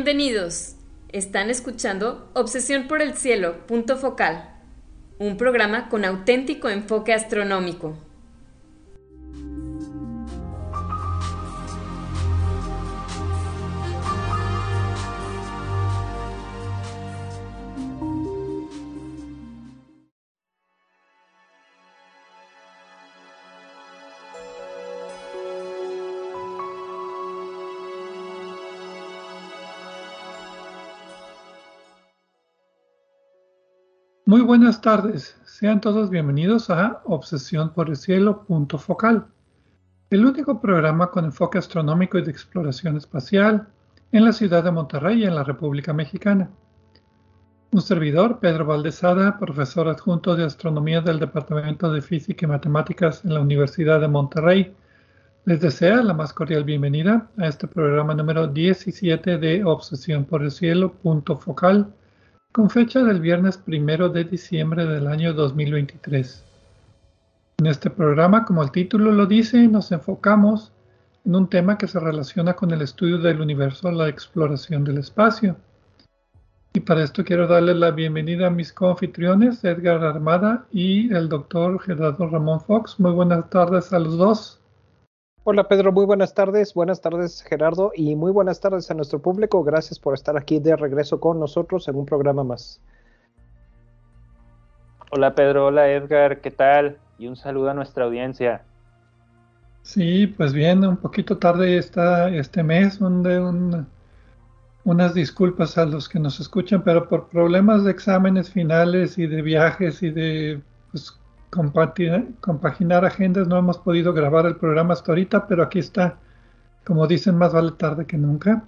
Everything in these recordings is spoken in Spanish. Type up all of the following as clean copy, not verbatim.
Bienvenidos. Están escuchando Obsesión por el Cielo, punto focal, un programa con auténtico enfoque astronómico. Muy buenas tardes, sean todos bienvenidos a Obsesión por el Cielo, punto focal, el único programa con enfoque astronómico y de exploración espacial en la ciudad de Monterrey y en la República Mexicana. Un servidor, Pedro Valdezada, profesor adjunto de Astronomía del Departamento de Física y Matemáticas en la Universidad de Monterrey, les desea la más cordial bienvenida a este programa número 17 de Obsesión por el Cielo, punto focal, con fecha del viernes 1 de diciembre del año 2023. En este programa, como el título lo dice, nos enfocamos en un tema que se relaciona con el estudio del universo, la exploración del espacio. Y para esto quiero darle la bienvenida a mis coanfitriones, Edgar Armada y el doctor Gerardo Ramón Fox. Muy buenas tardes a los dos. Hola Pedro, muy buenas tardes Gerardo y muy buenas tardes a nuestro público. Gracias por estar aquí de regreso con nosotros en un programa más. Hola Pedro, hola Edgar, ¿qué tal? Y un saludo a nuestra audiencia. Sí, pues bien, un poquito tarde está este mes, unas disculpas a los que nos escuchan, pero por problemas de exámenes finales y de viajes y de pues, compaginar agendas no hemos podido grabar el programa hasta ahorita, pero aquí está, como dicen, más vale tarde que nunca.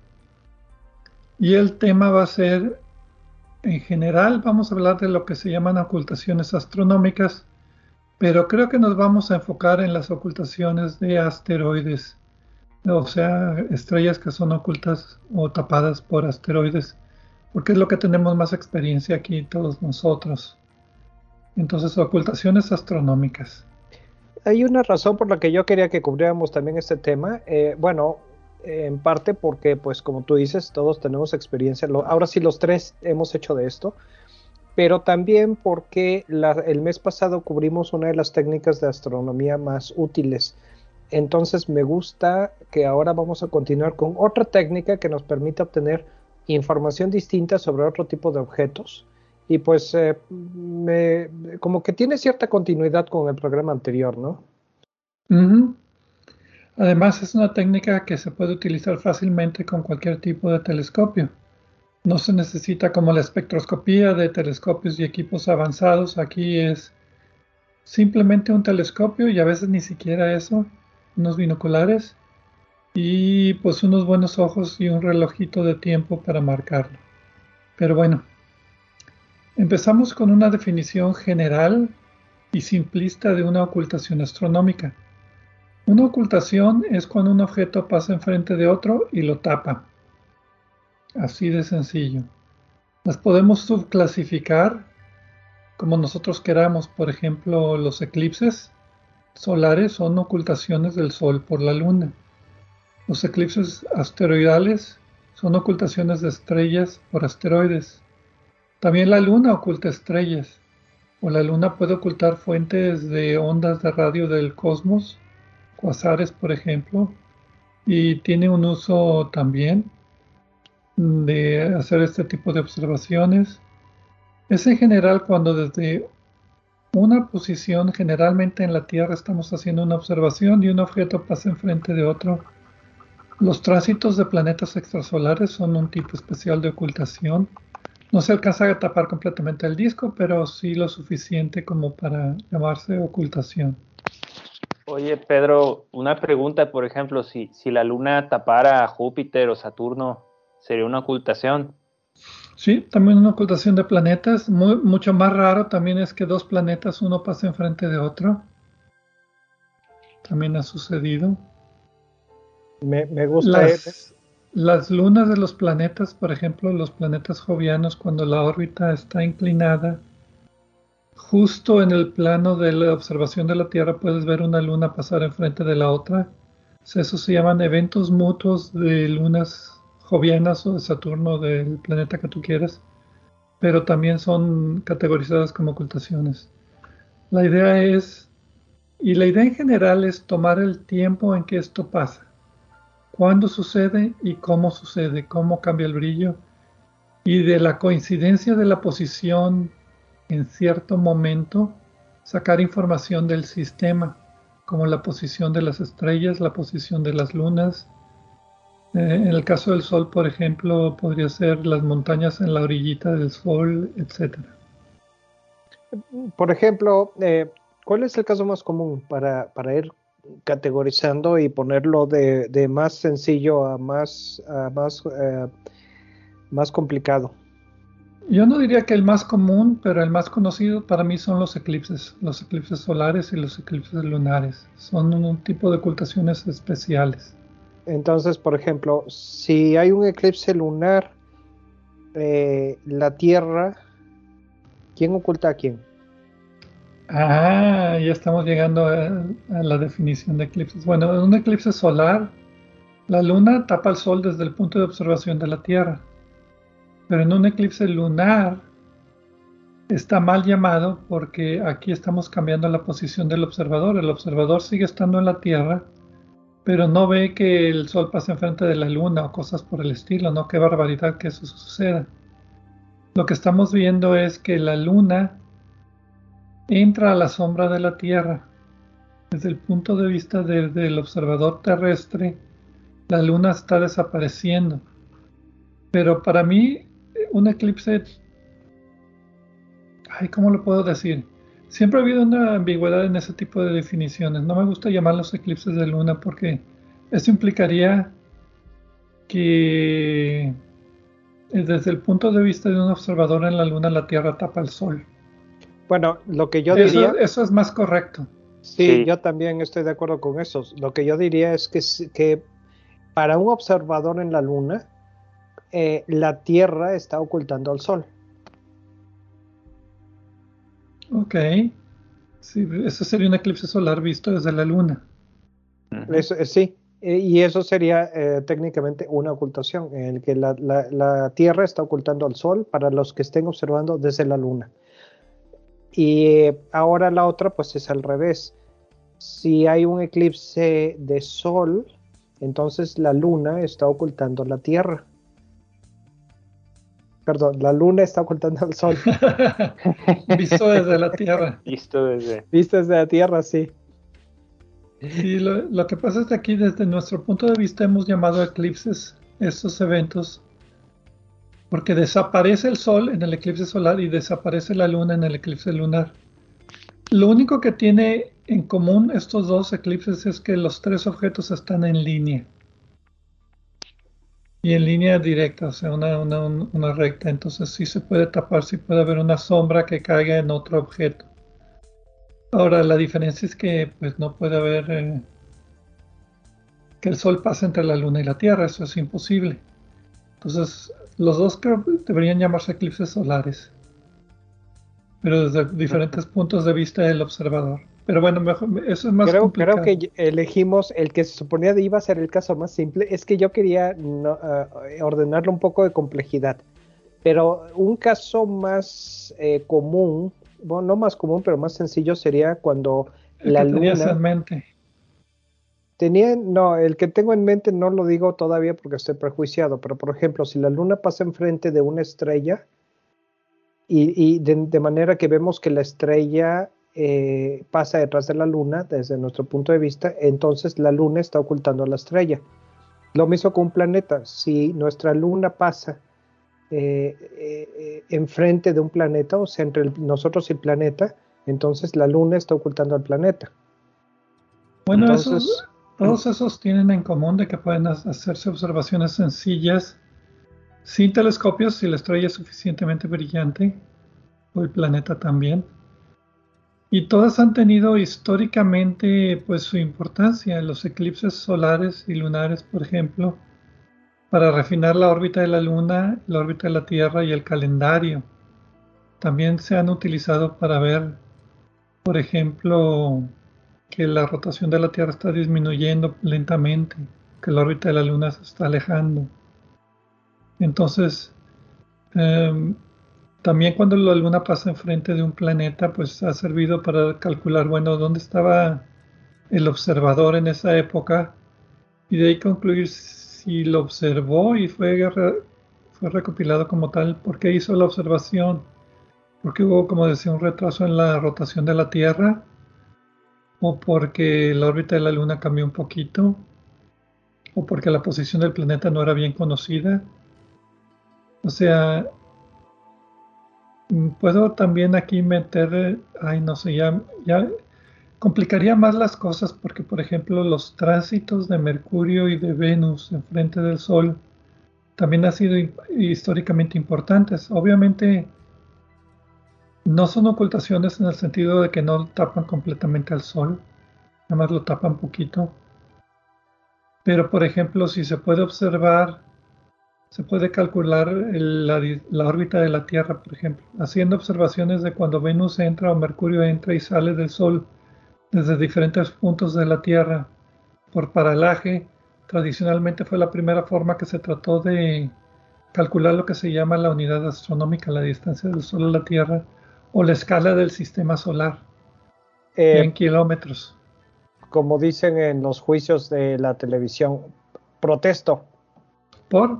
Y el tema va a ser, en general, vamos a hablar de lo que se llaman ocultaciones astronómicas, pero creo que nos vamos a enfocar en las ocultaciones de asteroides, o sea, estrellas que son ocultas o tapadas por asteroides, porque es lo que tenemos más experiencia aquí todos nosotros. Entonces, ocultaciones astronómicas. Hay una razón por la que yo quería que cubriéramos también este tema. En parte porque, pues como tú dices, todos tenemos experiencia. Ahora sí, los tres hemos hecho de esto. Pero también porque el mes pasado cubrimos una de las técnicas de astronomía más útiles. Entonces me gusta que ahora vamos a continuar con otra técnica que nos permite obtener información distinta sobre otro tipo de objetos. Y pues como que tiene cierta continuidad con el programa anterior, ¿no? Uh-huh. Además es una técnica que se puede utilizar fácilmente con cualquier tipo de telescopio. No se necesita como la espectroscopía de telescopios y equipos avanzados. Aquí es simplemente un telescopio y a veces ni siquiera eso, unos binoculares y pues unos buenos ojos y un relojito de tiempo para marcarlo. Pero bueno, empezamos con una definición general y simplista de una ocultación astronómica. Una ocultación es cuando un objeto pasa enfrente de otro y lo tapa. Así de sencillo. Las podemos subclasificar como nosotros queramos. Por ejemplo, los eclipses solares son ocultaciones del Sol por la Luna. Los eclipses asteroidales son ocultaciones de estrellas por asteroides. También la Luna oculta estrellas, o la Luna puede ocultar fuentes de ondas de radio del cosmos, cuasares por ejemplo, y tiene un uso también de hacer este tipo de observaciones. Es en general cuando desde una posición, generalmente en la Tierra, estamos haciendo una observación y un objeto pasa enfrente de otro. Los tránsitos de planetas extrasolares son un tipo especial de ocultación. No se alcanza a tapar completamente el disco, pero sí lo suficiente como para llamarse ocultación. Oye, Pedro, una pregunta, por ejemplo, si la Luna tapara a Júpiter o Saturno, ¿sería una ocultación? Sí, también una ocultación de planetas. Mucho más raro también es que dos planetas, uno pase enfrente de otro. También ha sucedido. Me gusta. Las lunas de los planetas, por ejemplo, los planetas jovianos, cuando la órbita está inclinada, justo en el plano de la observación de la Tierra puedes ver una luna pasar enfrente de la otra. Eso se llaman eventos mutuos de lunas jovianas o de Saturno, del planeta que tú quieras, pero también son categorizadas como ocultaciones. La idea en general es tomar el tiempo en que esto pasa, cuándo sucede y cómo cambia el brillo, y de la coincidencia de la posición en cierto momento, sacar información del sistema, como la posición de las estrellas, la posición de las lunas. En el caso del Sol, por ejemplo, podría ser las montañas en la orillita del Sol, etcétera. Por ejemplo, ¿cuál es el caso más común para ir categorizando y ponerlo de más sencillo a más complicado? Yo no diría que el más común, pero el más conocido para mí son los eclipses solares y los eclipses lunares. Son un tipo de ocultaciones especiales. Entonces, por ejemplo, si hay un eclipse lunar, la Tierra, ¿quién oculta a quién? Ya estamos llegando a la definición de eclipses. Bueno, en un eclipse solar, la luna tapa al sol desde el punto de observación de la Tierra. Pero en un eclipse lunar está mal llamado porque aquí estamos cambiando la posición del observador. El observador sigue estando en la Tierra, pero no ve que el sol pasa enfrente de la luna o cosas por el estilo, ¿no? Qué barbaridad que eso suceda. Lo que estamos viendo es que la luna entra a la sombra de la Tierra. Desde el punto de vista del observador terrestre, la luna está desapareciendo. Pero para mí, un eclipse, ¿cómo lo puedo decir? Siempre ha habido una ambigüedad en ese tipo de definiciones. No me gusta llamarlos eclipses de luna porque eso implicaría que desde el punto de vista de un observador en la luna, la Tierra tapa el sol. Bueno, lo que yo diría... Eso es más correcto. Sí, yo también estoy de acuerdo con eso. Lo que yo diría es que para un observador en la luna, la Tierra está ocultando al sol. Ok. Sí, eso sería un eclipse solar visto desde la luna. Sí, y eso sería técnicamente una ocultación, en el que la Tierra está ocultando al sol para los que estén observando desde la luna. Y ahora la otra pues es al revés. Si hay un eclipse de sol, entonces la luna está ocultando la Tierra. Perdón, la luna está ocultando al sol. Visto desde la Tierra. Visto desde la Tierra, sí. Sí, lo que pasa es que aquí desde nuestro punto de vista hemos llamado eclipses estos eventos porque desaparece el sol en el eclipse solar y desaparece la luna en el eclipse lunar. Lo único que tiene en común estos dos eclipses es que los tres objetos están en línea. Y en línea directa, o sea, una recta. Entonces sí se puede tapar, sí puede haber una sombra que caiga en otro objeto. Ahora, la diferencia es que pues no puede haber que el sol pase entre la luna y la Tierra, eso es imposible. Entonces, los dos creo que deberían llamarse eclipses solares, pero desde diferentes puntos de vista del observador. Pero bueno, mejor, eso es más complicado. Creo que elegimos el que se suponía que iba a ser el caso más simple. Es que yo quería ordenarlo un poco de complejidad. Pero un caso más común, bueno, no más común, pero más sencillo sería cuando la luna... ¿Tenías en mente? No, el que tengo en mente no lo digo todavía porque estoy prejuiciado, pero por ejemplo, si la luna pasa enfrente de una estrella y de manera que vemos que la estrella pasa detrás de la luna desde nuestro punto de vista, entonces la luna está ocultando a la estrella. Lo mismo con un planeta. Si nuestra luna pasa enfrente de un planeta, o sea, entre nosotros y el planeta, entonces la luna está ocultando al planeta. Bueno, entonces, todos esos tienen en común de que pueden hacerse observaciones sencillas sin telescopios si la estrella es suficientemente brillante, o el planeta también. Y todas han tenido históricamente pues su importancia. Los eclipses solares y lunares, por ejemplo, para refinar la órbita de la Luna, la órbita de la Tierra y el calendario. También se han utilizado para ver, por ejemplo, que la rotación de la Tierra está disminuyendo lentamente, que la órbita de la Luna se está alejando. Entonces, también cuando la Luna pasa enfrente de un planeta, pues ha servido para calcular, bueno, dónde estaba el observador en esa época y de ahí concluir si lo observó y fue recopilado como tal, por qué hizo la observación, porque hubo, como decía, un retraso en la rotación de la Tierra o porque la órbita de la Luna cambió un poquito o porque la posición del planeta no era bien conocida. O sea, puedo también aquí meter, ay, no sé, ya complicaría más las cosas porque, por ejemplo, los tránsitos de Mercurio y de Venus enfrente del Sol también han sido históricamente importantes. Obviamente no son ocultaciones en el sentido de que no tapan completamente al Sol, nada más lo tapan poquito. Pero, por ejemplo, si se puede observar, se puede calcular la órbita de la Tierra, por ejemplo, haciendo observaciones de cuando Venus entra o Mercurio entra y sale del Sol desde diferentes puntos de la Tierra por paralaje. Tradicionalmente fue la primera forma que se trató de calcular lo que se llama la unidad astronómica, la distancia del Sol a la Tierra, o la escala del sistema solar, ya en kilómetros. Como dicen en los juicios de la televisión, protesto. ¿Por?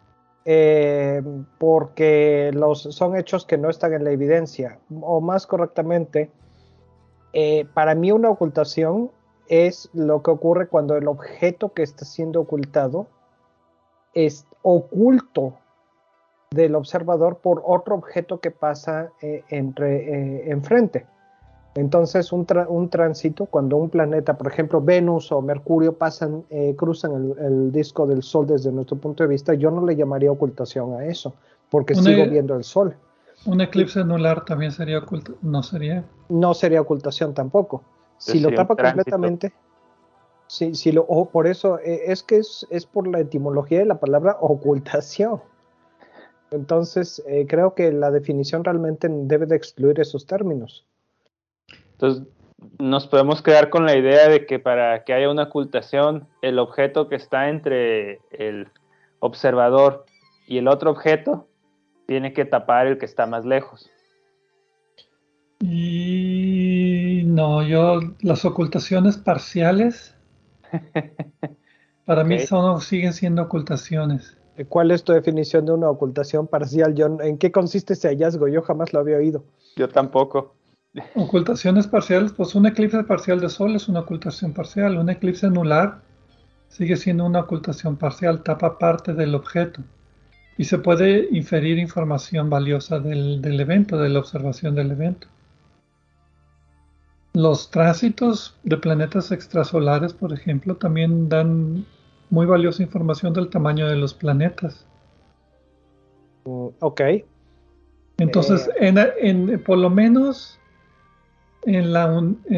Porque son hechos que no están en la evidencia, o más correctamente, para mí una ocultación es lo que ocurre cuando el objeto que está siendo ocultado es oculto del observador por otro objeto que pasa enfrente. Entonces un tránsito, cuando un planeta, por ejemplo Venus o Mercurio cruzan el disco del Sol desde nuestro punto de vista, yo no le llamaría ocultación a eso, porque sigo viendo el Sol. Un eclipse anular también sería oculto, ¿no sería? No sería ocultación tampoco. Si lo tapa completamente, por eso es que es por la etimología de la palabra ocultación. Entonces creo que la definición realmente debe de excluir esos términos. Entonces, nos podemos quedar con la idea de que para que haya una ocultación, el objeto que está entre el observador y el otro objeto tiene que tapar el que está más lejos. Y no, las ocultaciones parciales para mí siguen siendo ocultaciones. ¿Cuál es tu definición de una ocultación parcial, John? ¿En qué consiste ese hallazgo? Yo jamás lo había oído. Yo tampoco. Ocultaciones parciales, pues un eclipse parcial de Sol es una ocultación parcial. Un eclipse anular sigue siendo una ocultación parcial, tapa parte del objeto. Y se puede inferir información valiosa del evento, de la observación del evento. Los tránsitos de planetas extrasolares, por ejemplo, también dan muy valiosa información del tamaño de los planetas. Ok. Entonces, por lo menos en la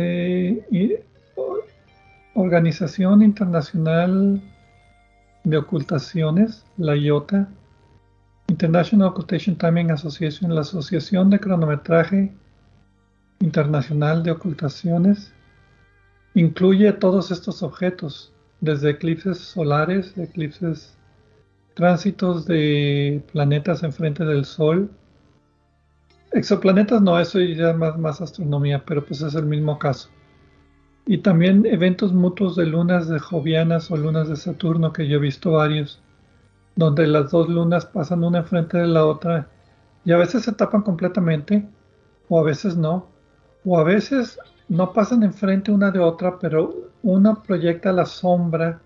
Organización Internacional de Ocultaciones, la IOTA, International Occultation Timing Association, la Asociación de Cronometraje Internacional de Ocultaciones, incluye todos estos objetos, desde eclipses solares, tránsitos de planetas enfrente del Sol. Exoplanetas no, eso ya es más astronomía, pero pues es el mismo caso. Y también eventos mutuos de lunas de Jovianas o lunas de Saturno, que yo he visto varios, donde las dos lunas pasan una enfrente de la otra y a veces se tapan completamente, o a veces no, o a veces no pasan enfrente una de otra, pero una proyecta la sombra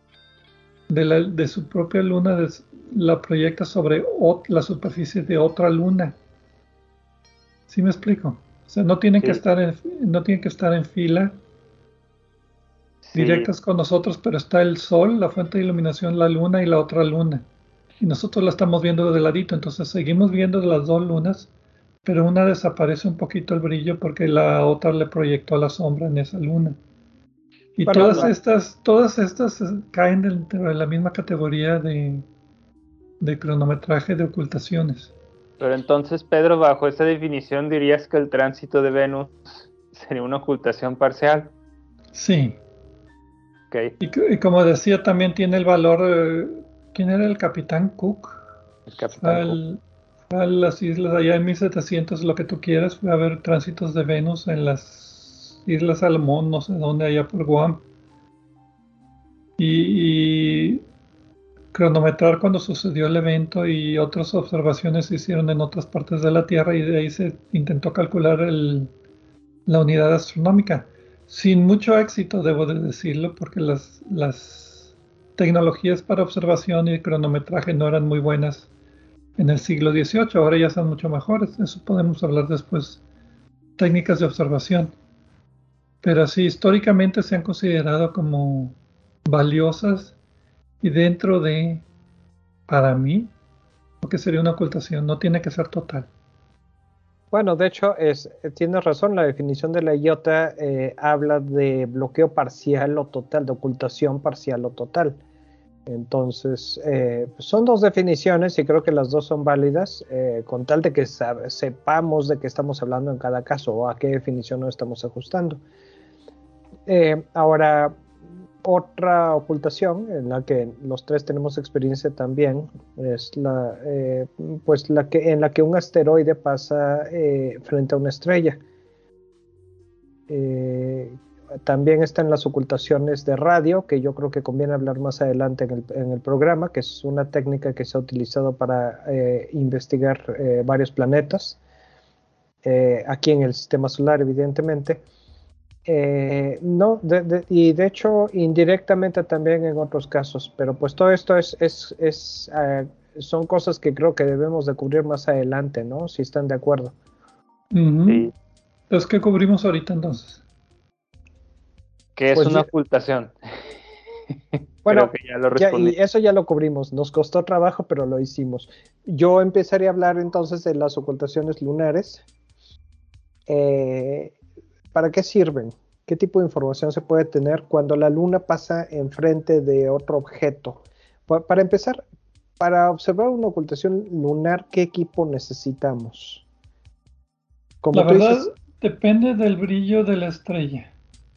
de su propia luna, la proyecta sobre la superficie de otra luna. ¿Sí me explico? O sea, no tienen que estar en fila directas con nosotros, pero está el Sol, la fuente de iluminación, la luna y la otra luna. Y nosotros la estamos viendo de ladito, entonces seguimos viendo las dos lunas, pero una desaparece un poquito el brillo porque la otra le proyectó la sombra en esa luna. Y todas estas caen dentro de la misma categoría de cronometraje de ocultaciones. Pero entonces, Pedro, bajo esa definición dirías que el tránsito de Venus sería una ocultación parcial. Sí. Okay. Y como decía, también tiene el valor. ¿Quién era el capitán Cook? El Capitán Cook. Fue a las islas allá en 1700, lo que tú quieras, fue a ver tránsitos de Venus en las Islas Salomón, no sé dónde, allá por Guam. Y cronometrar cuando sucedió el evento y otras observaciones se hicieron en otras partes de la Tierra y de ahí se intentó calcular la unidad astronómica. Sin mucho éxito, debo de decirlo, porque las tecnologías para observación y cronometraje no eran muy buenas en el siglo XVIII, ahora ya son mucho mejores, eso podemos hablar después, técnicas de observación. Pero sí, históricamente se han considerado como valiosas y dentro de, para mí, lo que sería una ocultación, no tiene que ser total. Bueno, de hecho, tienes razón, la definición de la IOTA habla de bloqueo parcial o total, de ocultación parcial o total. Entonces, son dos definiciones y creo que las dos son válidas, con tal de que sepamos de qué estamos hablando en cada caso o a qué definición nos estamos ajustando. Ahora, otra ocultación en la que los tres tenemos experiencia también es en la que un asteroide pasa frente a una estrella. También están las ocultaciones de radio, que yo creo que conviene hablar más adelante en el programa, que es una técnica que se ha utilizado para investigar varios planetas, aquí en el sistema solar, evidentemente. No, y de hecho indirectamente también en otros casos, pero pues todo esto son cosas que creo que debemos de cubrir más adelante, ¿no? Si están de acuerdo. Sí. Entonces, ¿qué cubrimos ahorita entonces? ¿Qué es Pues una ocultación? Bueno, Creo que ya lo respondí. y eso ya lo cubrimos, nos costó trabajo, pero lo hicimos. Yo empezaré a hablar entonces de las ocultaciones lunares. ¿Para qué sirven? ¿Qué tipo de información se puede tener cuando la luna pasa enfrente de otro objeto? Para empezar, para observar una ocultación lunar, ¿qué equipo necesitamos? Como La tú verdad, dices, depende del brillo de la estrella.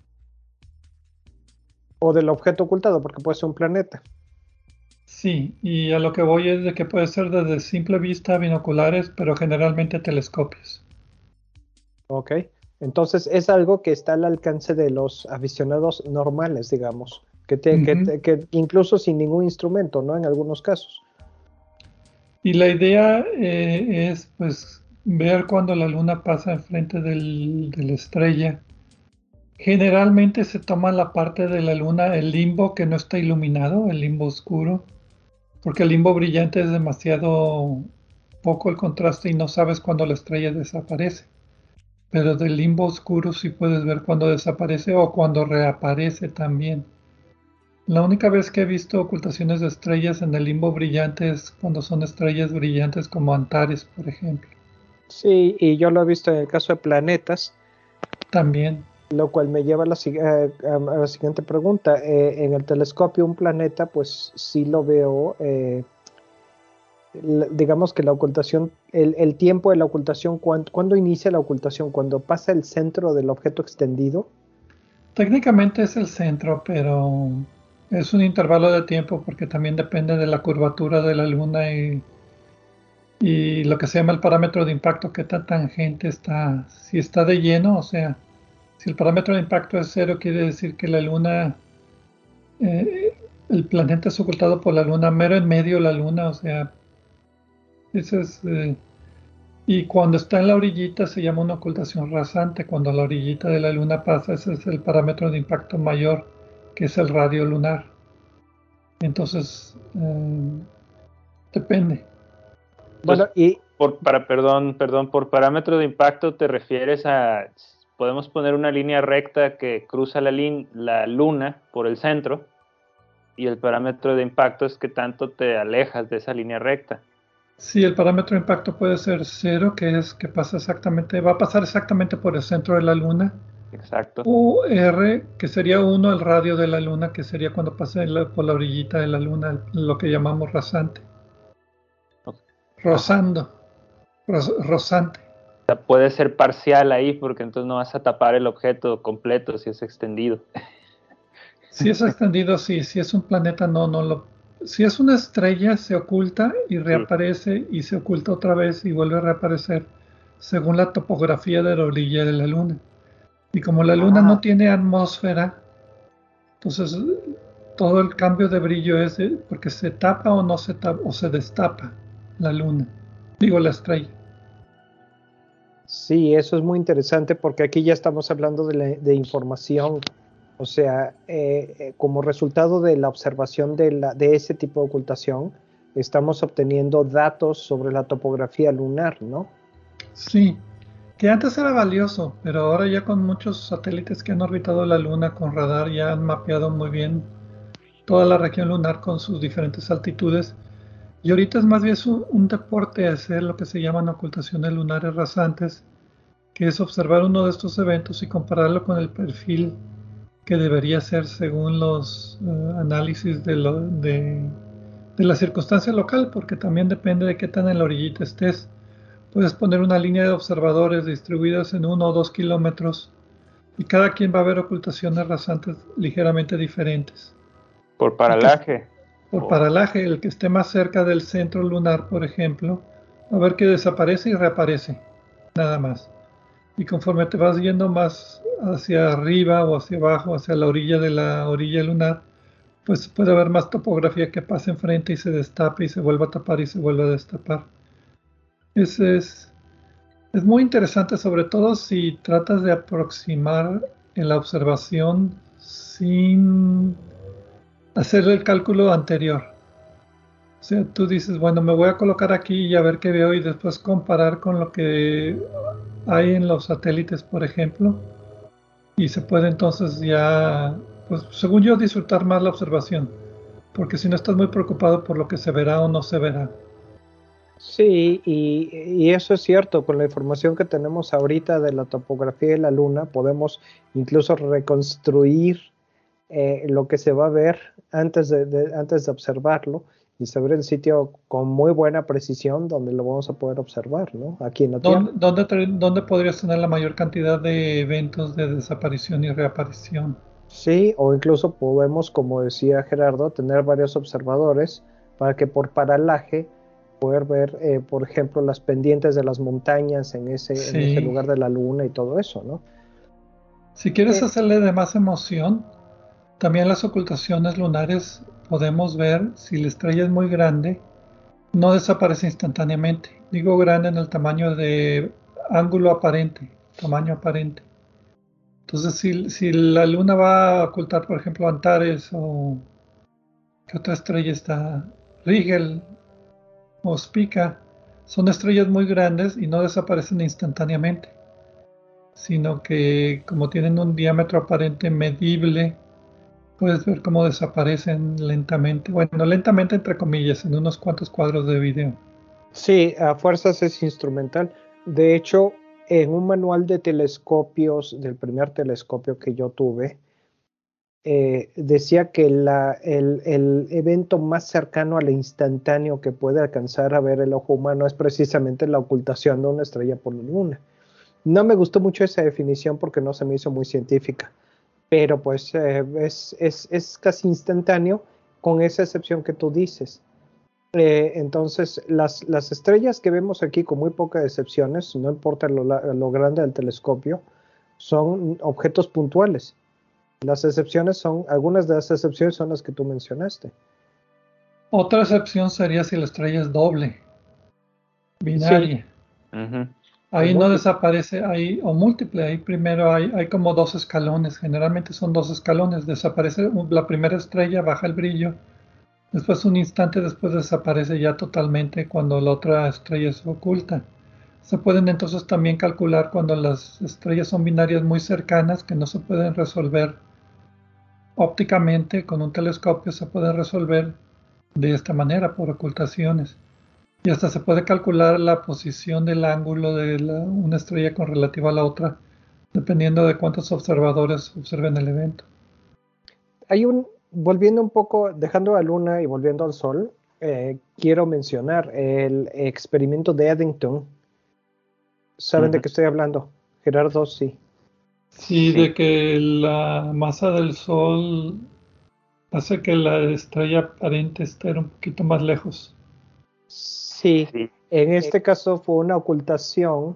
o del objeto ocultado, porque puede ser un planeta. Sí, y a lo que voy es de que puede ser desde simple vista, binoculares, pero generalmente telescopios. Ok. Entonces es algo que está al alcance de los aficionados normales, digamos, que incluso sin ningún instrumento, ¿no? En algunos casos. Y la idea es pues ver cuando la luna pasa enfrente de la estrella. Generalmente se toma la parte de la luna, el limbo que no está iluminado, el limbo oscuro, porque el limbo brillante es demasiado poco el contraste y no sabes cuándo la estrella desaparece. Pero del limbo oscuro sí puedes ver cuando desaparece o cuando reaparece también. La única vez que he visto ocultaciones de estrellas en el limbo brillante es cuando son estrellas brillantes como Antares, por ejemplo. Sí, y yo lo he visto en el caso de planetas, También. lo cual me lleva a la siguiente pregunta. En el telescopio un planeta, pues sí lo veo, digamos que la ocultación, el tiempo de la ocultación, ¿cuándo inicia la ocultación? ¿Cuando pasa el centro del objeto extendido? Técnicamente es el centro, pero es un intervalo de tiempo porque también depende de la curvatura de la luna y lo que se llama el parámetro de impacto, qué tan tangente está. Si está de lleno, o sea, si el parámetro de impacto es cero, quiere decir que la luna, el planeta es ocultado por la luna, mero en medio de la luna, o sea, eso es. Y cuando está en la orillita se llama una ocultación rasante. Cuando la orillita de la luna pasa, ese es el parámetro de impacto mayor, que es el radio lunar. Entonces, depende. Bueno, Perdón, por parámetro de impacto te refieres a, podemos poner una línea recta que cruza la luna por el centro y el parámetro de impacto es que tanto te alejas de esa línea recta. Sí, el parámetro de impacto puede ser cero, que es que va a pasar exactamente por el centro de la luna. Exacto. O R, que sería 1 el radio de la luna, que sería cuando pase por la orillita de la luna, lo que llamamos rasante. Rozando. Rozante. O sea, puede ser parcial ahí porque entonces no vas a tapar el objeto completo si es extendido. Si es extendido, sí. Si es un planeta, no lo Si es una estrella, se oculta y reaparece y se oculta otra vez y vuelve a reaparecer según la topografía de la orilla de la Luna. Y como la Luna no tiene atmósfera, entonces todo el cambio de brillo es porque se tapa o no se tapa, o se destapa la Luna, digo la estrella. Sí, eso es muy interesante porque aquí ya estamos hablando de información, o sea, como resultado de la observación de ese tipo de ocultación, estamos obteniendo datos sobre la topografía lunar, ¿no? Sí, que antes era valioso, pero ahora ya con muchos satélites que han orbitado la Luna con radar ya han mapeado muy bien toda la región lunar con sus diferentes altitudes. Y ahorita es más bien un deporte hacer lo que se llaman ocultaciones lunares rasantes, que es observar uno de estos eventos y compararlo con el perfil que debería ser según los análisis de la circunstancia local, porque también depende de qué tan en la orillita estés. Puedes poner una línea de observadores distribuidas en 1 o 2 kilómetros y cada quien va a ver ocultaciones rasantes ligeramente diferentes. Por paralaje. Por paralaje, el que esté más cerca del centro lunar, por ejemplo, va a ver que desaparece y reaparece, nada más. Y conforme te vas yendo más hacia arriba o hacia abajo, hacia la orilla de la orilla lunar, pues puede haber más topografía que pase enfrente y se destape y se vuelva a tapar y se vuelva a destapar. Ese es muy interesante, sobre todo si tratas de aproximar en la observación sin hacer el cálculo anterior. O sea, tú dices, bueno, me voy a colocar aquí y a ver qué veo y después comparar con lo que hay en los satélites, por ejemplo, y se puede entonces ya, pues según yo, disfrutar más la observación, porque si no estás muy preocupado por lo que se verá o no se verá. Sí, y eso es cierto, con la información que tenemos ahorita de la topografía de la Luna, podemos incluso reconstruir lo que se va a ver antes de observarlo y saber el sitio con muy buena precisión donde lo vamos a poder observar, ¿no? Aquí en la Tierra. ¿Dónde podrías tener la mayor cantidad de eventos de desaparición y reaparición? Sí, o incluso podemos, como decía Gerardo, tener varios observadores para que por paralaje poder ver, por ejemplo, las pendientes de las montañas en ese lugar de la Luna y todo eso, ¿no? Si quieres hacerle de más emoción, también las ocultaciones lunares podemos ver si la estrella es muy grande, no desaparece instantáneamente. Digo grande en el tamaño de ángulo aparente, tamaño aparente. Entonces, si la Luna va a ocultar, por ejemplo, Antares o ¿qué otra estrella está? Rigel o Spica, son estrellas muy grandes y no desaparecen instantáneamente, sino que como tienen un diámetro aparente medible, puedes ver cómo desaparecen lentamente. Bueno, lentamente entre comillas, en unos cuantos cuadros de video. Sí, a fuerzas es instrumental. De hecho, en un manual de telescopios, del primer telescopio que yo tuve, decía que el evento más cercano al instantáneo que puede alcanzar a ver el ojo humano es precisamente la ocultación de una estrella por la Luna. No me gustó mucho esa definición porque no se me hizo muy científica, pero pues es casi instantáneo con esa excepción que tú dices. Entonces, las estrellas que vemos aquí, con muy pocas excepciones, no importa lo grande del telescopio, son objetos puntuales. Las excepciones son, algunas de las excepciones son las que tú mencionaste. Otra excepción sería si la estrella es doble, binaria. Sí. Ahí no desaparece, o múltiple, ahí primero hay como dos escalones, generalmente son dos escalones, desaparece la primera estrella, baja el brillo, después un instante después desaparece ya totalmente cuando la otra estrella se oculta. Se pueden entonces también calcular cuando las estrellas son binarias muy cercanas que no se pueden resolver ópticamente con un telescopio, se pueden resolver de esta manera por ocultaciones. Y hasta se puede calcular la posición del ángulo de una estrella con relativa a la otra, dependiendo de cuántos observadores observen el evento. Volviendo un poco, dejando la Luna y volviendo al Sol, quiero mencionar el experimento de Eddington. ¿Saben de qué estoy hablando? Gerardo, sí. Sí, de que la masa del Sol Hace que la estrella aparente esté un poquito más lejos. Sí, en este caso fue una ocultación.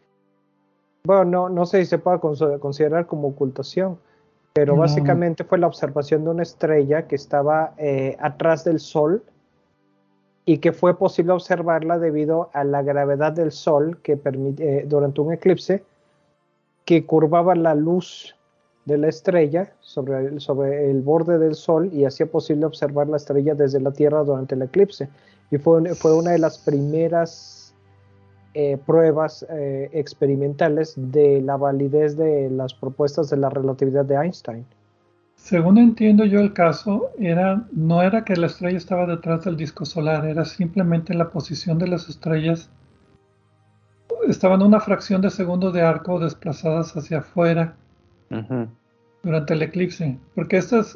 Bueno, no sé si se puede considerar como ocultación, pero No. básicamente fue la observación de una estrella que estaba atrás del Sol y que fue posible observarla debido a la gravedad del Sol que durante un eclipse que curvaba la luz de la estrella sobre el borde del Sol y hacía posible observar la estrella desde la Tierra durante el eclipse. Y fue una de las primeras pruebas experimentales de la validez de las propuestas de la relatividad de Einstein. Según entiendo yo el caso, no era que la estrella estaba detrás del disco solar, era simplemente la posición de las estrellas. Estaban una fracción de segundo de arco desplazadas hacia afuera durante el eclipse, porque estos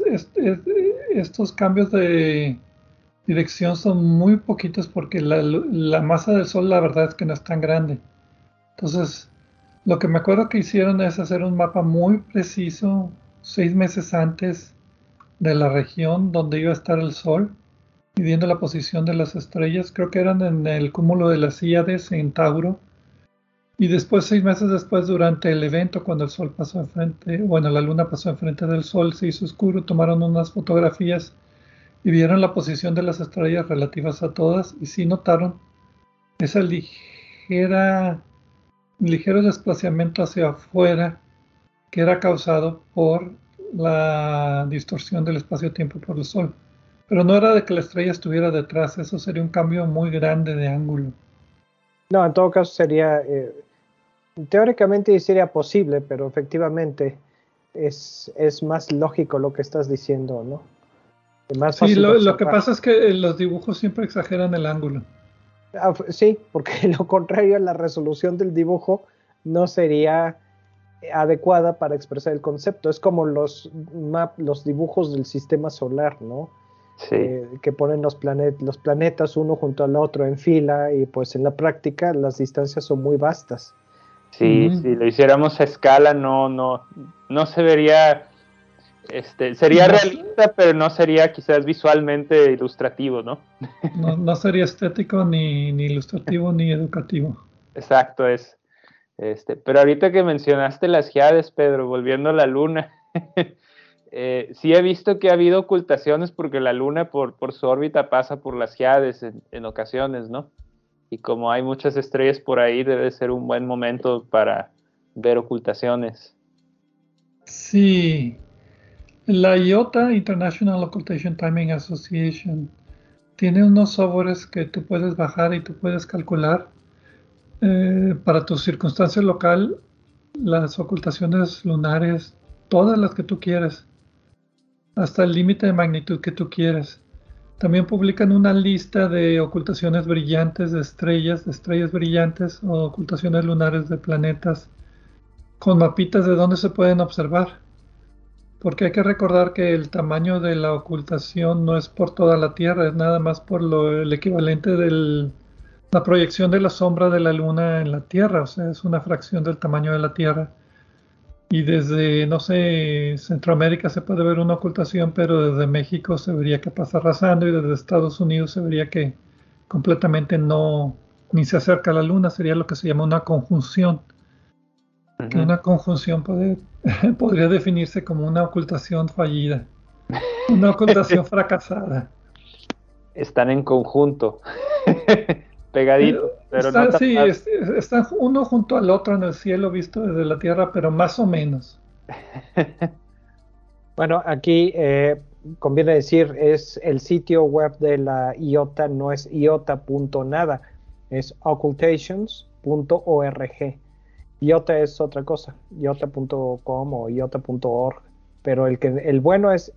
cambios de dirección son muy poquitos porque la masa del Sol la verdad es que no es tan grande. Entonces, lo que me acuerdo que hicieron es hacer un mapa muy preciso 6 meses antes de la región donde iba a estar el Sol, midiendo la posición de las estrellas. Creo que eran en el cúmulo de las Híades en Tauro. Y después, 6 meses después, durante el evento, cuando el Sol pasó enfrente, bueno, la Luna pasó enfrente del Sol, se hizo oscuro, tomaron unas fotografías y vieron la posición de las estrellas relativas a todas y sí notaron ese ligero desplazamiento hacia afuera que era causado por la distorsión del espacio-tiempo por el Sol. Pero no era de que la estrella estuviera detrás, eso sería un cambio muy grande de ángulo. No, en todo caso sería, teóricamente sería posible, pero efectivamente es más lógico lo que estás diciendo, ¿no? Más sí, lo que pasa es que los dibujos siempre exageran el ángulo. Sí, porque lo contrario a la resolución del dibujo no sería adecuada para expresar el concepto. Es como los dibujos del sistema solar, ¿no? Sí. Que ponen los planetas uno junto al otro en fila y pues en la práctica las distancias son muy vastas. Sí, si lo hiciéramos a escala no se vería, sería realista, pero no sería quizás visualmente ilustrativo, ¿no? No sería estético, ni ilustrativo, ni educativo. Exacto, pero ahorita que mencionaste las Híades, Pedro, volviendo a la Luna, sí he visto que ha habido ocultaciones porque la Luna por su órbita pasa por las Híades en ocasiones, ¿no? Y como hay muchas estrellas por ahí, debe ser un buen momento para ver ocultaciones. Sí, la IOTA, International Occultation Timing Association, tiene unos softwares que tú puedes bajar y tú puedes calcular para tu circunstancia local las ocultaciones lunares, todas las que tú quieras, hasta el límite de magnitud que tú quieras. También publican una lista de ocultaciones brillantes de estrellas brillantes o ocultaciones lunares de planetas con mapitas de dónde se pueden observar. Porque hay que recordar que el tamaño de la ocultación no es por toda la Tierra, es nada más por el equivalente de la proyección de la sombra de la Luna en la Tierra, o sea, es una fracción del tamaño de la Tierra. Y desde, no sé, Centroamérica se puede ver una ocultación, pero desde México se vería que pasa arrasando y desde Estados Unidos se vería que completamente ni se acerca a la Luna, sería lo que se llama una conjunción. Que una conjunción podría definirse como una ocultación fallida, una ocultación fracasada. Están en conjunto, pegaditos, pero no tan sí, están uno junto al otro en el cielo visto desde la Tierra, pero más o menos. Bueno, aquí conviene decir, es el sitio web de la IOTA, no es iota.nada, es occultations.org. IOTA es otra cosa, iota.com o iota.org, pero el bueno es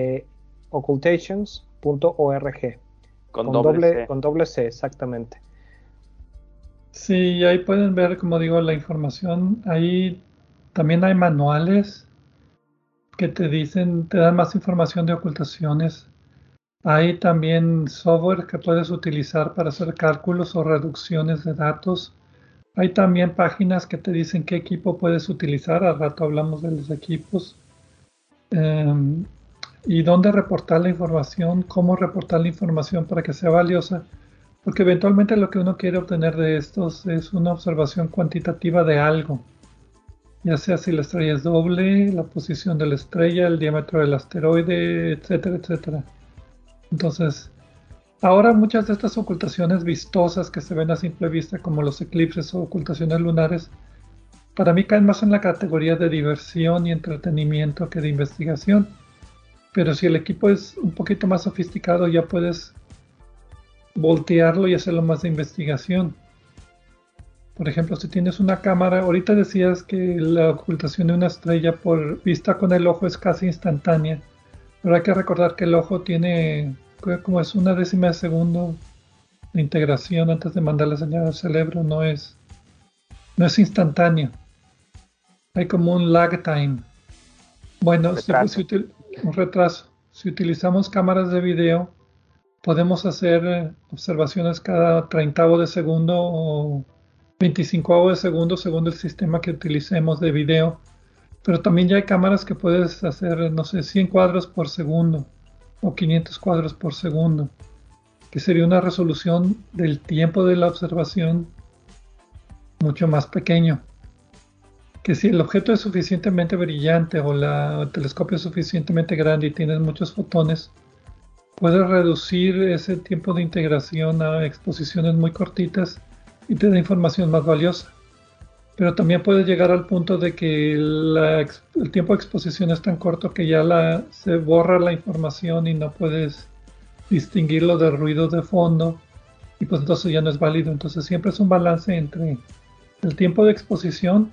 occultations.org. Con doble C, exactamente. Sí, ahí pueden ver, como digo, la información. Ahí también hay manuales que te dan más información de ocultaciones. Hay también software que puedes utilizar para hacer cálculos o reducciones de datos. Hay también páginas que te dicen qué equipo puedes utilizar. Al rato hablamos de los equipos. y dónde reportar la información, cómo reportar la información para que sea valiosa, porque eventualmente lo que uno quiere obtener de estos es una observación cuantitativa de algo, ya sea si la estrella es doble, la posición de la estrella, el diámetro del asteroide, etcétera, etcétera. Entonces, ahora muchas de estas ocultaciones vistosas que se ven a simple vista, como los eclipses o ocultaciones lunares, para mí caen más en la categoría de diversión y entretenimiento que de investigación. Pero si el equipo es un poquito más sofisticado, ya puedes voltearlo y hacerlo más de investigación. Por ejemplo, si tienes una cámara, ahorita decías que la ocultación de una estrella por vista con el ojo es casi instantánea, pero hay que recordar que el ojo tiene como es una décima de segundo de integración antes de mandar la señal al cerebro, no es instantáneo. Hay como un lag time. Bueno, un retraso. Si utilizamos cámaras de video, podemos hacer observaciones cada 30avo de segundo o 25avo de segundo según el sistema que utilicemos de video. Pero también ya hay cámaras que puedes hacer, no sé, 100 cuadros por segundo o 500 cuadros por segundo, que sería una resolución del tiempo de la observación mucho más pequeño. Que si el objeto es suficientemente brillante o el telescopio es suficientemente grande y tienes muchos fotones, puedes reducir ese tiempo de integración a exposiciones muy cortitas y te da información más valiosa. Pero también puedes llegar al punto de que el tiempo de exposición es tan corto que ya se borra la información y no puedes distinguirlo del ruido de fondo y pues entonces ya no es válido. Entonces siempre es un balance entre el tiempo de exposición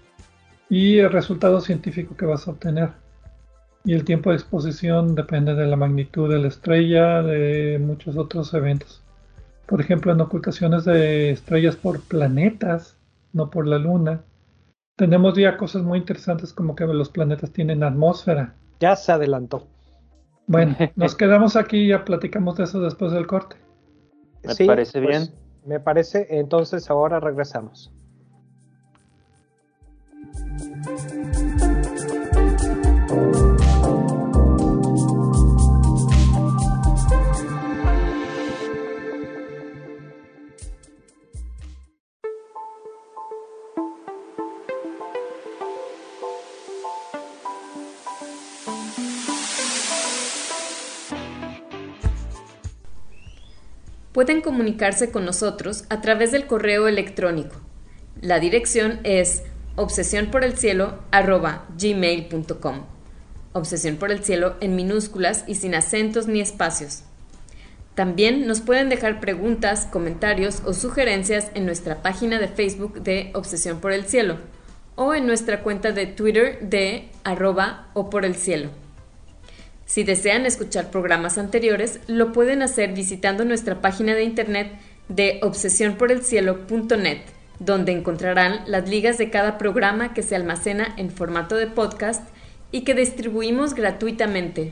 y el resultado científico que vas a obtener. Y el tiempo de exposición depende de la magnitud de la estrella, de muchos otros eventos. Por ejemplo, en ocultaciones de estrellas por planetas, no por la luna, tenemos ya cosas muy interesantes como que los planetas tienen atmósfera. Ya se adelantó. Bueno, nos quedamos aquí y ya platicamos de eso después del corte. Me parece bien. Me parece, entonces ahora regresamos. Pueden comunicarse con nosotros a través del correo electrónico. La dirección es obsesionporelcielo@gmail.com. Obsesión por el cielo en minúsculas y sin acentos ni espacios. También nos pueden dejar preguntas, comentarios o sugerencias en nuestra página de Facebook de Obsesión por el Cielo o en nuestra cuenta de Twitter de @oporelcielo. Si desean escuchar programas anteriores, lo pueden hacer visitando nuestra página de internet de obsesionporelcielo.net, donde encontrarán las ligas de cada programa que se almacena en formato de podcast y que distribuimos gratuitamente.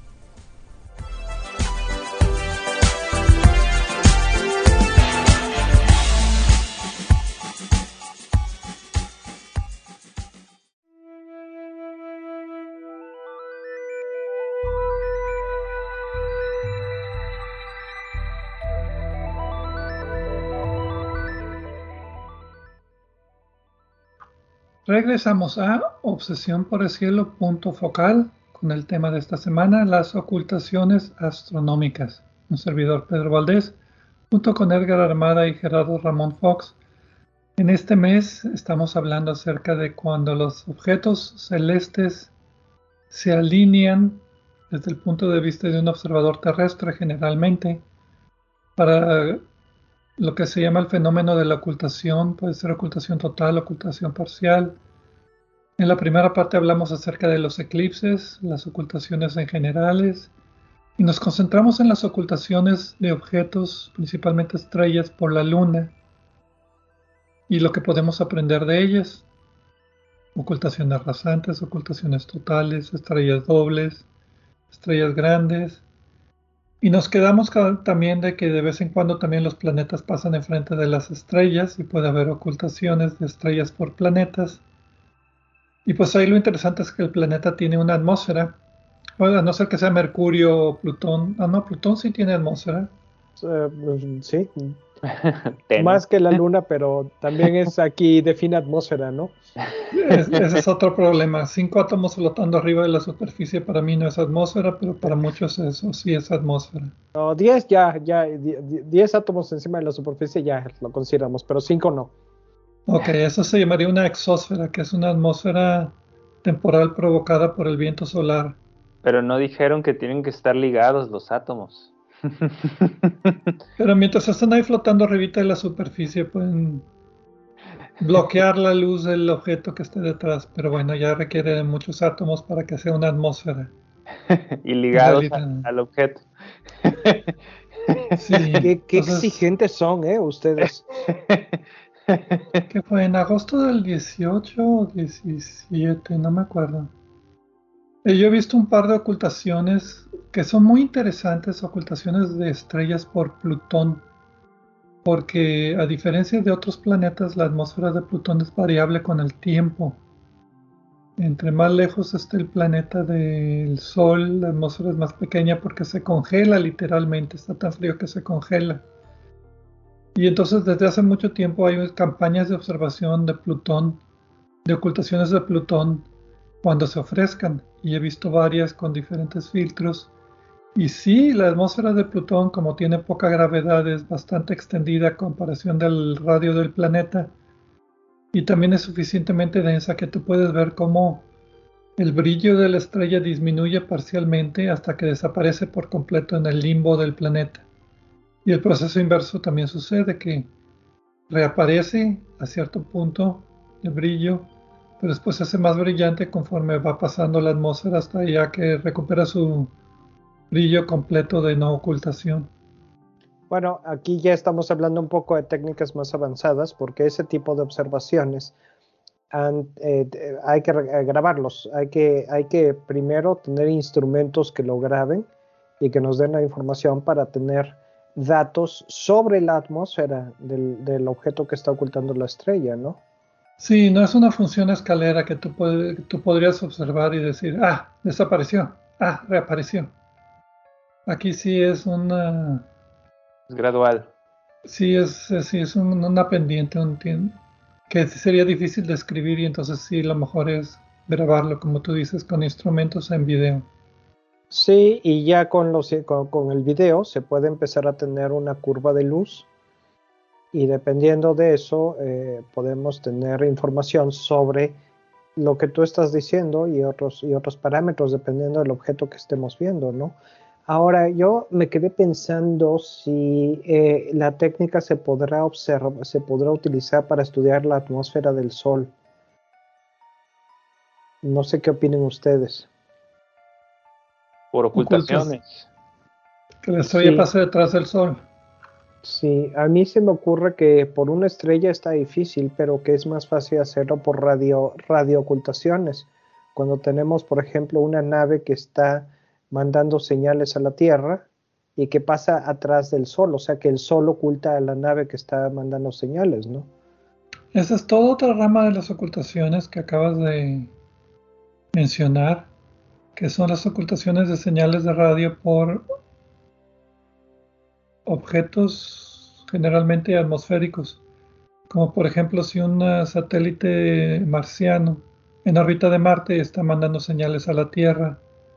Regresamos a Obsesión por el Cielo, punto focal, con el tema de esta semana, las ocultaciones astronómicas. Un servidor, Pedro Valdés, junto con Edgar Armada y Gerardo Ramón Fox. En este mes estamos hablando acerca de cuando los objetos celestes se alinean desde el punto de vista de un observador terrestre generalmente para lo que se llama el fenómeno de la ocultación. Puede ser ocultación total, ocultación parcial. En la primera parte hablamos acerca de los eclipses, las ocultaciones en generales, y nos concentramos en las ocultaciones de objetos, principalmente estrellas, por la luna, y lo que podemos aprender de ellas. Ocultaciones rasantes, ocultaciones totales, estrellas dobles, estrellas grandes. Y nos quedamos también de que de vez en cuando también los planetas pasan enfrente de las estrellas y puede haber ocultaciones de estrellas por planetas. Y pues ahí lo interesante es que el planeta tiene una atmósfera, Bueno, a no ser que sea Mercurio o Plutón. Ah, no, Plutón sí tiene atmósfera. Sí, Ten. más que la Luna, pero también es aquí define atmósfera, ¿no? Ese es otro problema. 5 átomos flotando arriba de la superficie para mí no es atmósfera, pero para muchos eso sí es atmósfera. No, 10 ya, 10 átomos encima de la superficie ya lo consideramos, pero 5 no. Ok, eso se llamaría una exósfera, que es una atmósfera temporal provocada por el viento solar. Pero no dijeron que tienen que estar ligados los átomos. Pero mientras están ahí flotando arribita de la superficie, pueden bloquear la luz del objeto que esté detrás. Pero bueno, ya requiere de muchos átomos para que sea una atmósfera. Y En ligados realidad, al objeto. sí. Qué Entonces, exigentes son, ustedes. ¿qué fue? ¿En agosto del 18 o 17? No me acuerdo. Yo he visto un par de ocultaciones que son muy interesantes, ocultaciones de estrellas por Plutón, porque a diferencia de otros planetas, la atmósfera de Plutón es variable con el tiempo. Entre más lejos esté el planeta del Sol, la atmósfera es más pequeña porque se congela literalmente, está tan frío que se congela. Y entonces desde hace mucho tiempo hay campañas de observación de Plutón, de ocultaciones de Plutón cuando se ofrezcan. Y he visto varias con diferentes filtros. Y sí, la atmósfera de Plutón, como tiene poca gravedad, es bastante extendida a comparación del radio del planeta. Y también es suficientemente densa que tú puedes ver cómo el brillo de la estrella disminuye parcialmente hasta que desaparece por completo en el limbo del planeta. Y el proceso inverso también sucede, que reaparece a cierto punto el brillo, pero después se hace más brillante conforme va pasando la atmósfera hasta ya que recupera su brillo completo de no ocultación. Bueno, aquí ya estamos hablando un poco de técnicas más avanzadas porque ese tipo de observaciones hay que grabarlos. Hay que primero tener instrumentos que lo graben y que nos den la información para tener datos sobre la atmósfera del objeto que está ocultando la estrella, ¿no? Sí, no es una función escalera que tú podrías observar y decir, ah, desapareció, ah, reapareció. Aquí sí es una, Gradual. sí es una pendiente, que sería difícil de escribir y entonces sí, lo mejor es grabarlo, como tú dices, con instrumentos en video. Sí, y ya con el video se puede empezar a tener una curva de luz y dependiendo de eso podemos tener información sobre lo que tú estás diciendo y otros parámetros dependiendo del objeto que estemos viendo, ¿no? Ahora, yo me quedé pensando si la técnica se podrá utilizar para estudiar la atmósfera del Sol. No sé qué opinen ustedes. Por Ocultos, ocultaciones. que la estrella Sí, pase detrás del Sol. sí, a mí se me ocurre que por una estrella está difícil, pero que es más fácil hacerlo por radioocultaciones. Cuando tenemos, por ejemplo, una nave que está mandando señales a la Tierra y que pasa atrás del Sol, o sea que el Sol oculta a la nave que está mandando señales, ¿no? Esa es toda otra rama de las ocultaciones que acabas de mencionar, que son las ocultaciones de señales de radio por objetos generalmente atmosféricos, como por ejemplo si un satélite marciano en órbita de Marte está mandando señales a la Tierra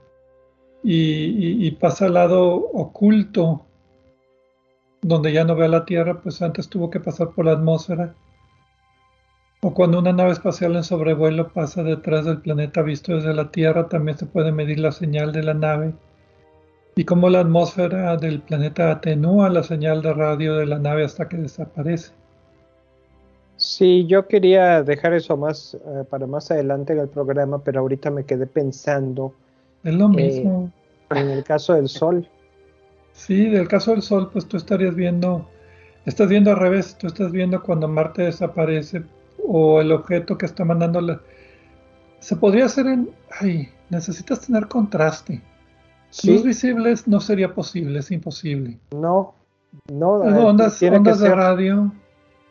y pasa al lado oculto donde ya no ve a la Tierra, pues antes tuvo que pasar por la atmósfera. O cuando una nave espacial en sobrevuelo pasa detrás del planeta visto desde la Tierra, también se puede medir la señal de la nave y cómo la atmósfera del planeta atenúa la señal de radio de la nave hasta que desaparece. Sí, yo quería dejar eso más para más adelante en el programa, pero ahorita me quedé pensando Es lo eh, mismo. en el caso del Sol. Sí, del caso del Sol, pues tú estás viendo al revés, tú estás viendo cuando Marte desaparece o el objeto que está mandando Se podría hacer necesitas tener contraste. Luz Sí, visible no sería posible, es imposible. no, no, Ondas, tiene que ondas de ser. radio,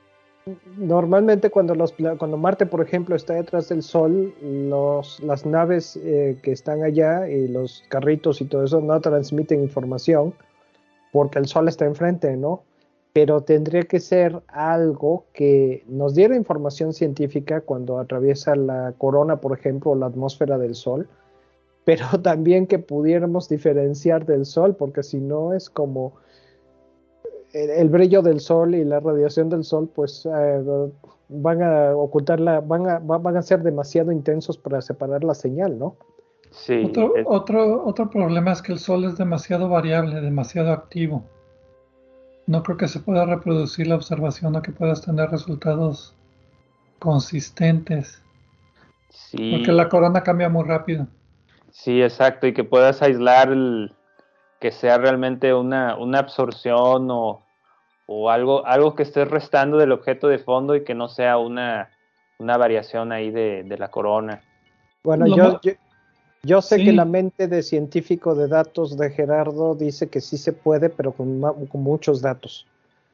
Normalmente cuando Marte, por ejemplo, está detrás del Sol, las naves que están allá y los carritos y todo eso no transmiten información porque el Sol está enfrente, ¿no? Pero tendría que ser algo que nos diera información científica cuando atraviesa la corona, por ejemplo, o la atmósfera del Sol, pero también que pudiéramos diferenciar del Sol, porque si no es como el brillo del Sol y la radiación del Sol, pues van a ocultarla, van a ser demasiado intensos para separar la señal, ¿no? Sí, Otro problema es que el Sol es demasiado variable, demasiado activo. No creo que se pueda reproducir la observación o que puedas tener resultados consistentes, porque sí, la corona cambia muy rápido. sí, exacto, y que puedas aislar que sea realmente una absorción o algo que estés restando del objeto de fondo y que no sea una variación ahí de la corona. Bueno, Lo ma- yo sé que la sí, mente de científico de datos de Gerardo dice que sí se puede, pero con muchos datos.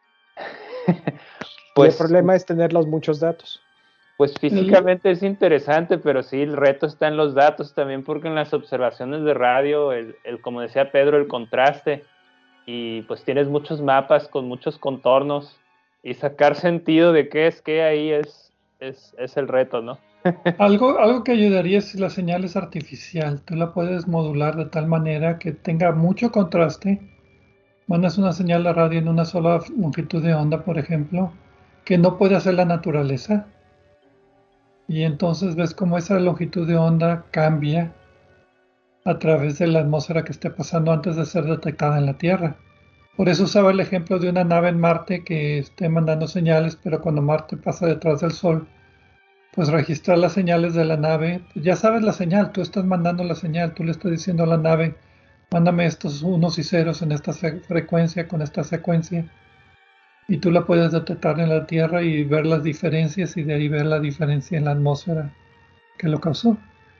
Y el Pues, problema es tener los muchos datos. pues el- físicamente es interesante, pero sí, el reto está en los datos también, porque en las observaciones de radio, como decía Pedro, el contraste, y pues tienes muchos mapas con muchos contornos, y sacar sentido de qué es qué ahí es el reto, ¿no? algo que ayudaría es si la señal es artificial. Tú la puedes modular de tal manera que tenga mucho contraste. Mandas una señal de radio en una sola longitud de onda, por ejemplo, que no puede hacer la naturaleza. Y entonces ves cómo esa longitud de onda cambia a través de la atmósfera que esté pasando antes de ser detectada en la Tierra. Por eso usaba el ejemplo de una nave en Marte que esté mandando señales, pero cuando Marte pasa detrás del Sol, pues registrar las señales de la nave. Ya sabes la señal, tú estás mandando la señal, tú le estás diciendo a la nave, mándame estos unos y ceros en esta frecuencia, con esta secuencia, y tú la puedes detectar en la Tierra y ver las diferencias y de ahí ver la diferencia en la atmósfera que lo causó.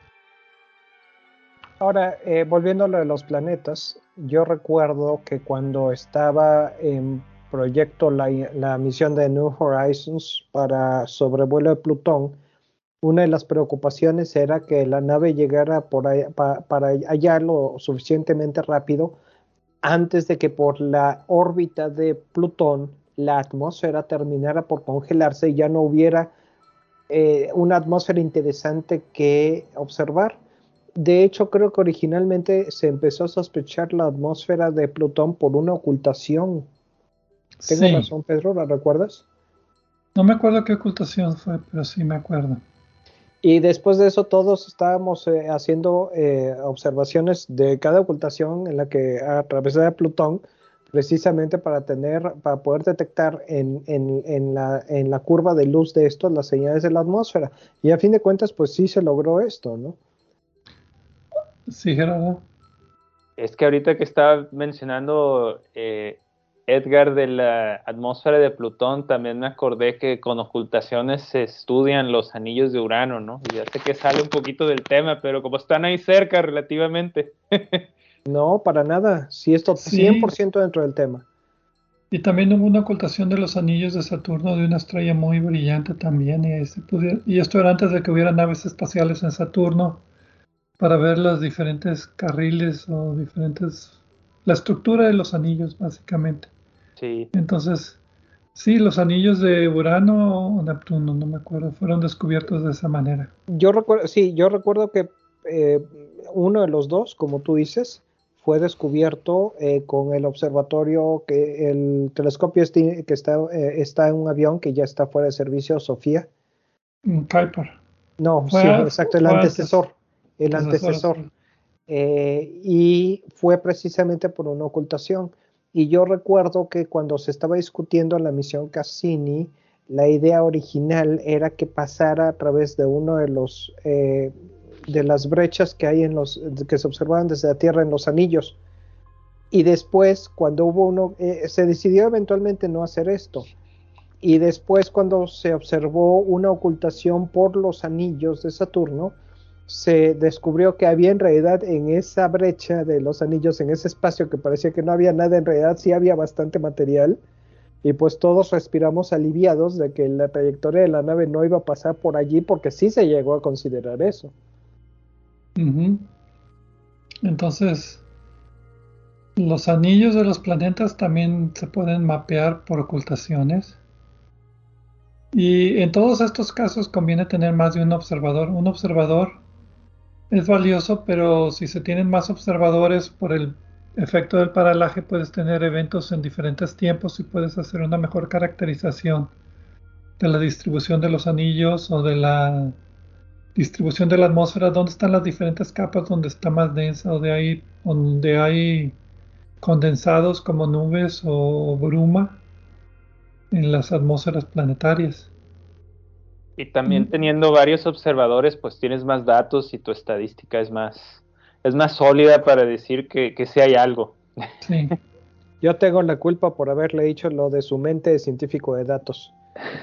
Ahora, volviendo a lo de los planetas, yo recuerdo que cuando estaba en proyecto la misión de New Horizons para sobrevuelo de Plutón, una de las preocupaciones era que la nave llegara para allá lo suficientemente rápido antes de que por la órbita de Plutón la atmósfera terminara por congelarse y ya no hubiera una atmósfera interesante que observar. De hecho, creo que originalmente se empezó a sospechar la atmósfera de Plutón por una ocultación. ¿Tengo Sí, razón, Pedro? ¿La recuerdas? no me acuerdo qué ocultación fue, pero sí me acuerdo. Y después de eso todos estábamos haciendo observaciones de cada ocultación en la que atravesaba Plutón, precisamente para poder detectar en la curva de luz de esto las señales de la atmósfera. Y a fin de cuentas, pues sí se logró esto, ¿no? Sí, Gerardo. Es que ahorita que estaba mencionando Edgar de la atmósfera de Plutón, también me acordé que con ocultaciones se estudian los anillos de Urano, ¿no? Y ya sé que sale un poquito del tema, pero como están ahí cerca relativamente. No, para nada. Sí, esto Sí, 100% dentro del tema. y también hubo una ocultación de los anillos de Saturno de una estrella muy brillante también. Y esto era antes de que hubiera naves espaciales en Saturno para ver los diferentes carriles o la estructura de los anillos, básicamente. Sí, Entonces, sí, los anillos de Urano o Neptuno, no me acuerdo, fueron descubiertos de esa manera. Yo recuerdo, sí, yo recuerdo que eh, uno de los dos, como tú dices, fue descubierto con el observatorio, el telescopio que está en un avión que ya está fuera de servicio, Sofía. Kuiper. No, Fue, sí, exacto, el fue antes, antecesor, el antecesora, antecesor. sí. Y fue precisamente por una ocultación. Y yo recuerdo que cuando se estaba discutiendo la misión Cassini, la idea original era que pasara a través de uno de las brechas que hay que se observaban desde la Tierra en los anillos. Y después, cuando se decidió eventualmente no hacer esto. Y después, cuando se observó una ocultación por los anillos de Saturno, se descubrió que había en realidad en esa brecha de los anillos, en ese espacio que parecía que no había nada, en realidad sí había bastante material Y pues todos respiramos aliviados de que la trayectoria de la nave no iba a pasar por allí porque sí se llegó a considerar eso. Ujú. Entonces, los anillos de los planetas también se pueden mapear por ocultaciones. Y en todos estos casos conviene tener más de un observador. Un observador es valioso, pero si se tienen más observadores por el efecto del paralaje, puedes tener eventos en diferentes tiempos y puedes hacer una mejor caracterización de la distribución de los anillos o de la distribución de la atmósfera, dónde están las diferentes capas, donde está más densa o donde hay condensados como nubes o bruma en las atmósferas planetarias. Y también teniendo varios observadores, pues tienes más datos y tu estadística es más sólida para decir que sí hay algo. Sí. Yo tengo la culpa por haberle dicho lo de su mente de científico de datos.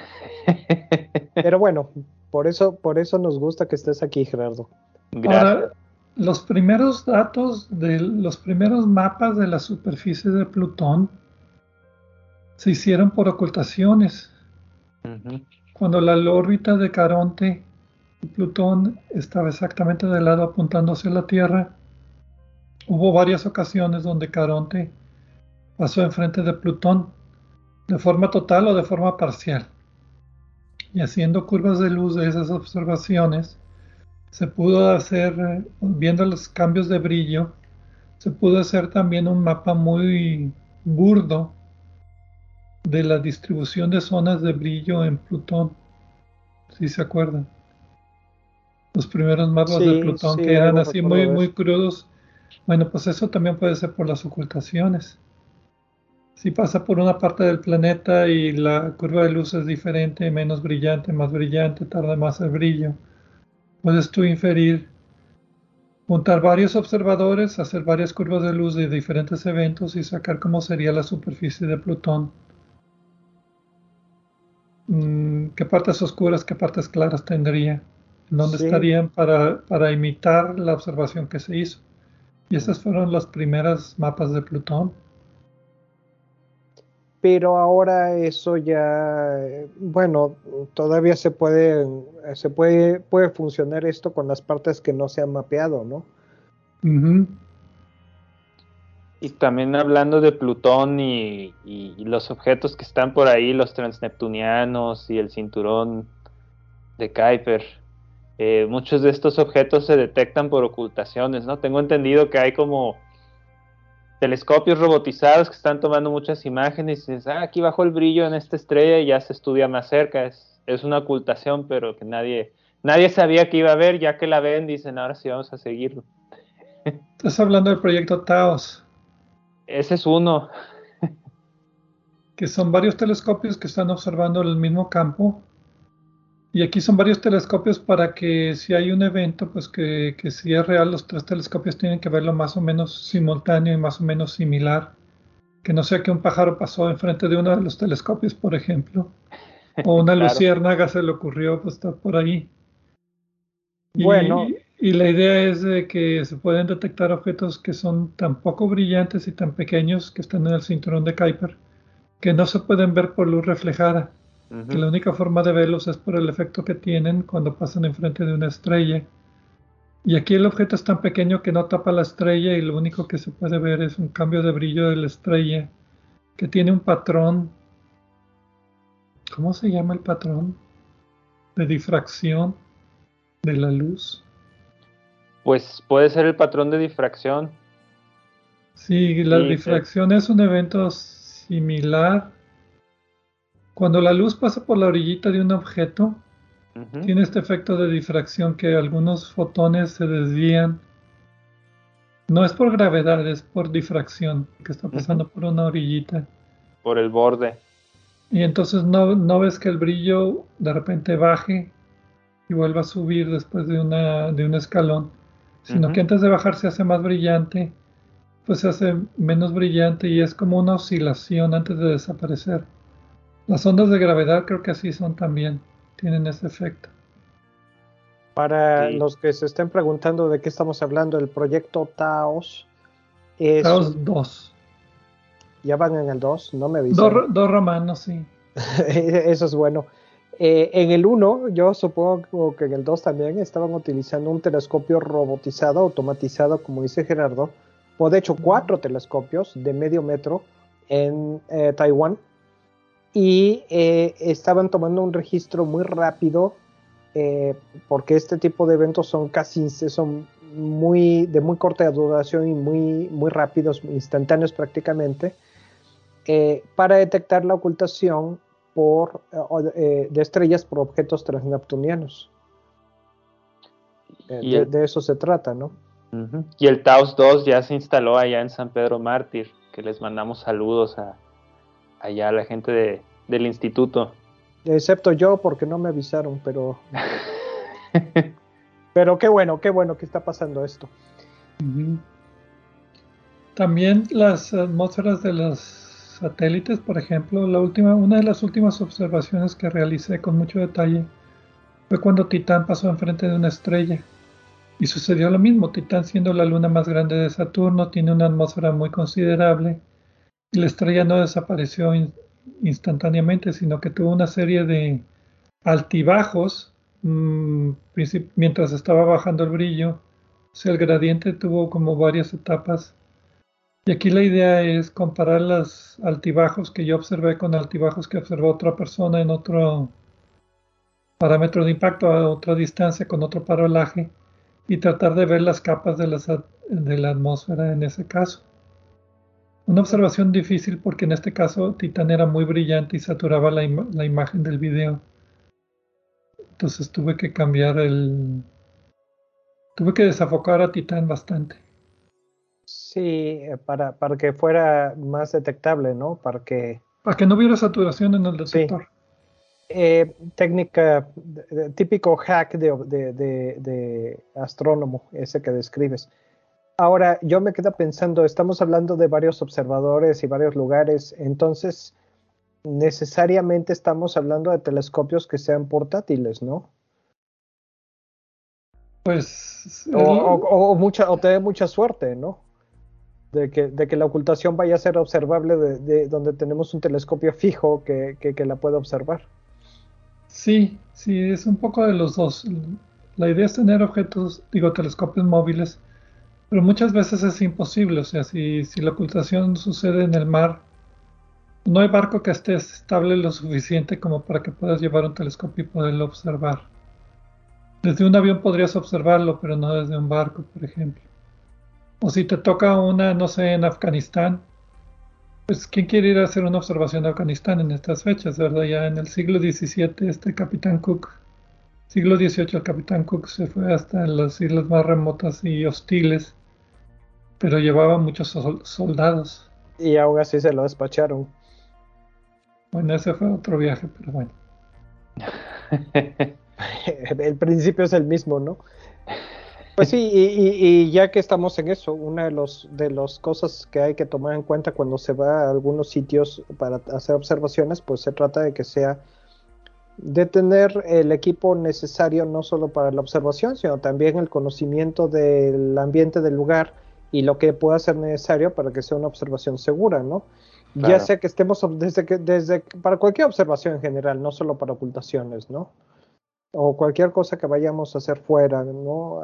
Pero bueno, por eso nos gusta que estés aquí, Gerardo. Gracias. Ahora, los primeros datos de los primeros mapas de la superficie de Plutón se hicieron por ocultaciones. Ujú. Cuando la órbita de Caronte y Plutón estaba exactamente del lado apuntando hacia la Tierra, hubo varias ocasiones donde Caronte pasó enfrente de Plutón, de forma total o de forma parcial. Y haciendo curvas de luz de esas observaciones, se pudo hacer, viendo los cambios de brillo, se pudo hacer también un mapa muy burdo de la distribución de zonas de brillo en Plutón, si se acuerdan. Los primeros mapas de Sí, Plutón que sí, eran algo así recuerdo de muy eso. crudos. Bueno, pues eso también puede ser por las ocultaciones. Si pasa por una parte del planeta y la curva de luz es diferente, menos brillante, más brillante, tarda más el brillo, puedes tú inferir, juntar varios observadores, hacer varias curvas de luz de diferentes eventos y sacar cómo sería la superficie de Plutón. ¿Qué partes oscuras, qué partes claras tendría? ¿En dónde Sí, estarían para imitar la observación que se hizo? Y esas fueron las primeras mapas de Plutón. pero ahora eso ya, bueno, todavía puede funcionar esto con las partes que no se han mapeado, ¿no? Ujú. Y también hablando de Plutón y los objetos que están por ahí, los transneptunianos y el cinturón de Kuiper, muchos de estos objetos se detectan por ocultaciones, ¿no? Tengo entendido que hay como telescopios robotizados que están tomando muchas imágenes y dices, aquí bajó el brillo en esta estrella y ya se estudia más cerca. Es una ocultación, pero que nadie sabía que iba a ver, ya que la ven, dicen, ahora sí vamos a seguirlo. Estás hablando del proyecto TAOS, Ese es uno. que son varios telescopios que están observando el mismo campo. Y aquí son varios telescopios para que si hay un evento, pues que si es real, los tres telescopios tienen que verlo más o menos simultáneo y más o menos similar. Que no sea que un pájaro pasó enfrente de uno de los telescopios, por ejemplo, o una Claro. luciérnaga se le ocurrió pues, estar por ahí. Bueno, Y la idea es de que se pueden detectar objetos que son tan poco brillantes y tan pequeños que están en el cinturón de Kuiper, que no se pueden ver por luz reflejada, que Ujú. la única forma de verlos es por el efecto que tienen cuando pasan enfrente de una estrella. Y aquí el objeto es tan pequeño que no tapa la estrella y lo único que se puede ver es un cambio de brillo de la estrella, que tiene un patrón. ¿Cómo se llama el patrón? De difracción de la luz. Pues puede ser el patrón de difracción. Sí, la Sí, difracción es un evento similar. Cuando la luz pasa por la orillita de un objeto, ujú. tiene este efecto de difracción que algunos fotones se desvían. No es por gravedad, es por difracción, que está Ujú. pasando por una orillita. Por el borde. Y entonces no ves que el brillo de repente baje y vuelva a subir después de un escalón, sino que Ujú. antes de bajar se hace más brillante, pues se hace menos brillante y es como una oscilación antes de desaparecer. Las ondas de gravedad creo que así son también, tienen ese efecto. para Sí. los que se estén preguntando de qué estamos hablando, el proyecto TAOS es Taos un, 2. Ya van en el 2, no me avisaron. Dos romanos, sí. Eso es bueno. En el 1, yo supongo que en el 2 también estaban utilizando un telescopio robotizado, automatizado, como dice Gerardo, o de hecho 4 telescopios de medio metro en Taiwán, y estaban tomando un registro muy rápido, porque este tipo de eventos son de muy corta duración y muy rápidos, instantáneos prácticamente, para detectar la ocultación de estrellas por objetos transneptunianos. De eso se trata, ¿no? Y el Taos 2 ya se instaló allá en San Pedro Mártir, que les mandamos saludos allá a la gente del instituto. Excepto yo, porque no me avisaron, pero pero qué bueno que está pasando esto. También las atmósferas de los satélites, por ejemplo, una de las últimas observaciones que realicé con mucho detalle fue cuando Titán pasó enfrente de una estrella. Y sucedió lo mismo. Titán, siendo la luna más grande de Saturno, tiene una atmósfera muy considerable y la estrella no desapareció instantáneamente, sino que tuvo una serie de altibajos mientras estaba bajando el brillo. O sea, el gradiente tuvo como varias etapas. Y aquí la idea es comparar los altibajos que yo observé con altibajos que observó otra persona en otro parámetro de impacto a otra distancia con otro paralaje y tratar de ver las capas de la atmósfera en ese caso. Una observación difícil porque en este caso Titán era muy brillante y saturaba la imagen del video. Entonces tuve que desafocar a Titán bastante. Sí, para que fuera más detectable, ¿no? Para que no hubiera saturación en el detector. Sí. Técnica, típico hack de astrónomo, ese que describes. Ahora, yo me quedo pensando, estamos hablando de varios observadores y varios lugares, entonces necesariamente estamos hablando de telescopios que sean portátiles, ¿no? Pues o tener mucha suerte, ¿no? De que la ocultación vaya a ser observable de donde tenemos un telescopio fijo que la pueda observar. Sí, es un poco de los dos. La idea es tener telescopios móviles, pero muchas veces es imposible. O sea, si la ocultación sucede en el mar, no hay barco que esté estable lo suficiente como para que puedas llevar un telescopio y poderlo observar. Desde un avión podrías observarlo, pero no desde un barco, por ejemplo. O si te toca no sé, en Afganistán, pues ¿quién quiere ir a hacer una observación de Afganistán en estas fechas, verdad? Ya en el siglo XVII, Capitán Cook, siglo XVIII, el Capitán Cook se fue hasta las islas más remotas y hostiles, pero llevaba muchos soldados. Y aún así se lo despacharon. Bueno, ese fue otro viaje, pero bueno. El principio es el mismo, ¿no? Pues sí, y ya que estamos en eso, una de las cosas que hay que tomar en cuenta cuando se va a algunos sitios para hacer observaciones, pues se trata de tener el equipo necesario no solo para la observación, sino también el conocimiento del ambiente del lugar y lo que pueda ser necesario para que sea una observación segura, ¿no? Claro. Ya sea que estemos para cualquier observación en general, no solo para ocultaciones, ¿no? O cualquier cosa que vayamos a hacer fuera, ¿no?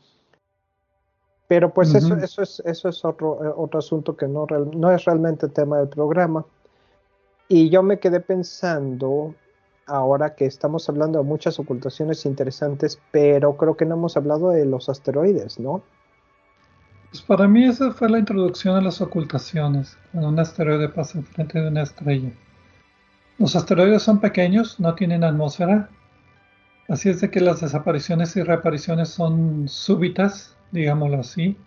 Pero pues eso es otro asunto que no es realmente tema del programa. Y yo me quedé pensando, ahora que estamos hablando de muchas ocultaciones interesantes, pero creo que no hemos hablado de los asteroides, ¿no? Pues para mí esa fue la introducción a las ocultaciones, cuando un asteroide pasa enfrente de una estrella. Los asteroides son pequeños, no tienen atmósfera, así es de que las desapariciones y reapariciones son súbitas, digámoslo así.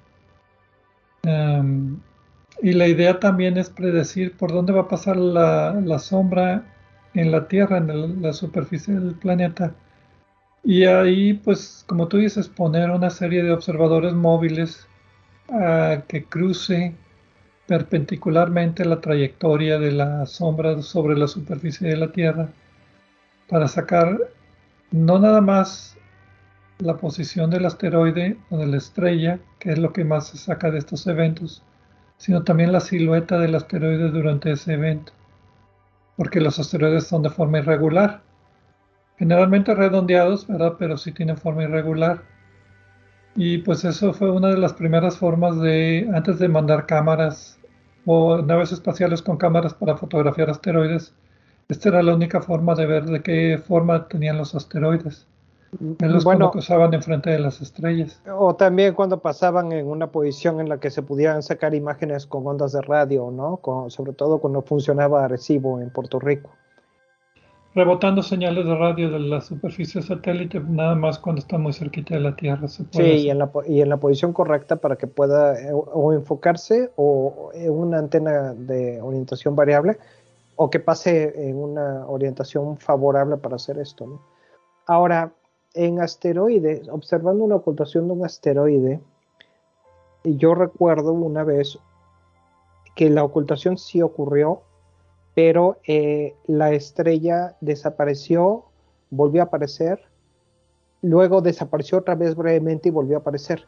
Y la idea también es predecir por dónde va a pasar la sombra en la Tierra, en la superficie del planeta. Y ahí, pues, como tú dices, poner una serie de observadores móviles que cruce perpendicularmente la trayectoria de la sombra sobre la superficie de la Tierra para sacar no nada más la posición del asteroide o de la estrella, que es lo que más se saca de estos eventos, sino también la silueta del asteroide durante ese evento, porque los asteroides son de forma irregular, generalmente redondeados, ¿verdad? Pero sí tienen forma irregular. Y pues eso fue una de las primeras formas de, antes de mandar cámaras o naves espaciales con cámaras para fotografiar asteroides, esta era la única forma de ver de qué forma tenían los asteroides. Verlos cuando Bueno, cruzaban enfrente de las estrellas. o también cuando pasaban en una posición en la que se pudieran sacar imágenes con ondas de radio, ¿no? Sobre todo cuando funcionaba Arecibo en Puerto Rico. Rebotando señales de radio de la superficie satélite, nada más cuando está muy cerquita de la Tierra se Sí, puede y hacer. en la posición correcta para que pueda o enfocarse o en una antena de orientación variable o que pase en una orientación favorable para hacer esto, ¿no? Ahora, en asteroides, observando una ocultación de un asteroide, yo recuerdo una vez que la ocultación sí ocurrió, pero la estrella desapareció, volvió a aparecer, luego desapareció otra vez brevemente y volvió a aparecer.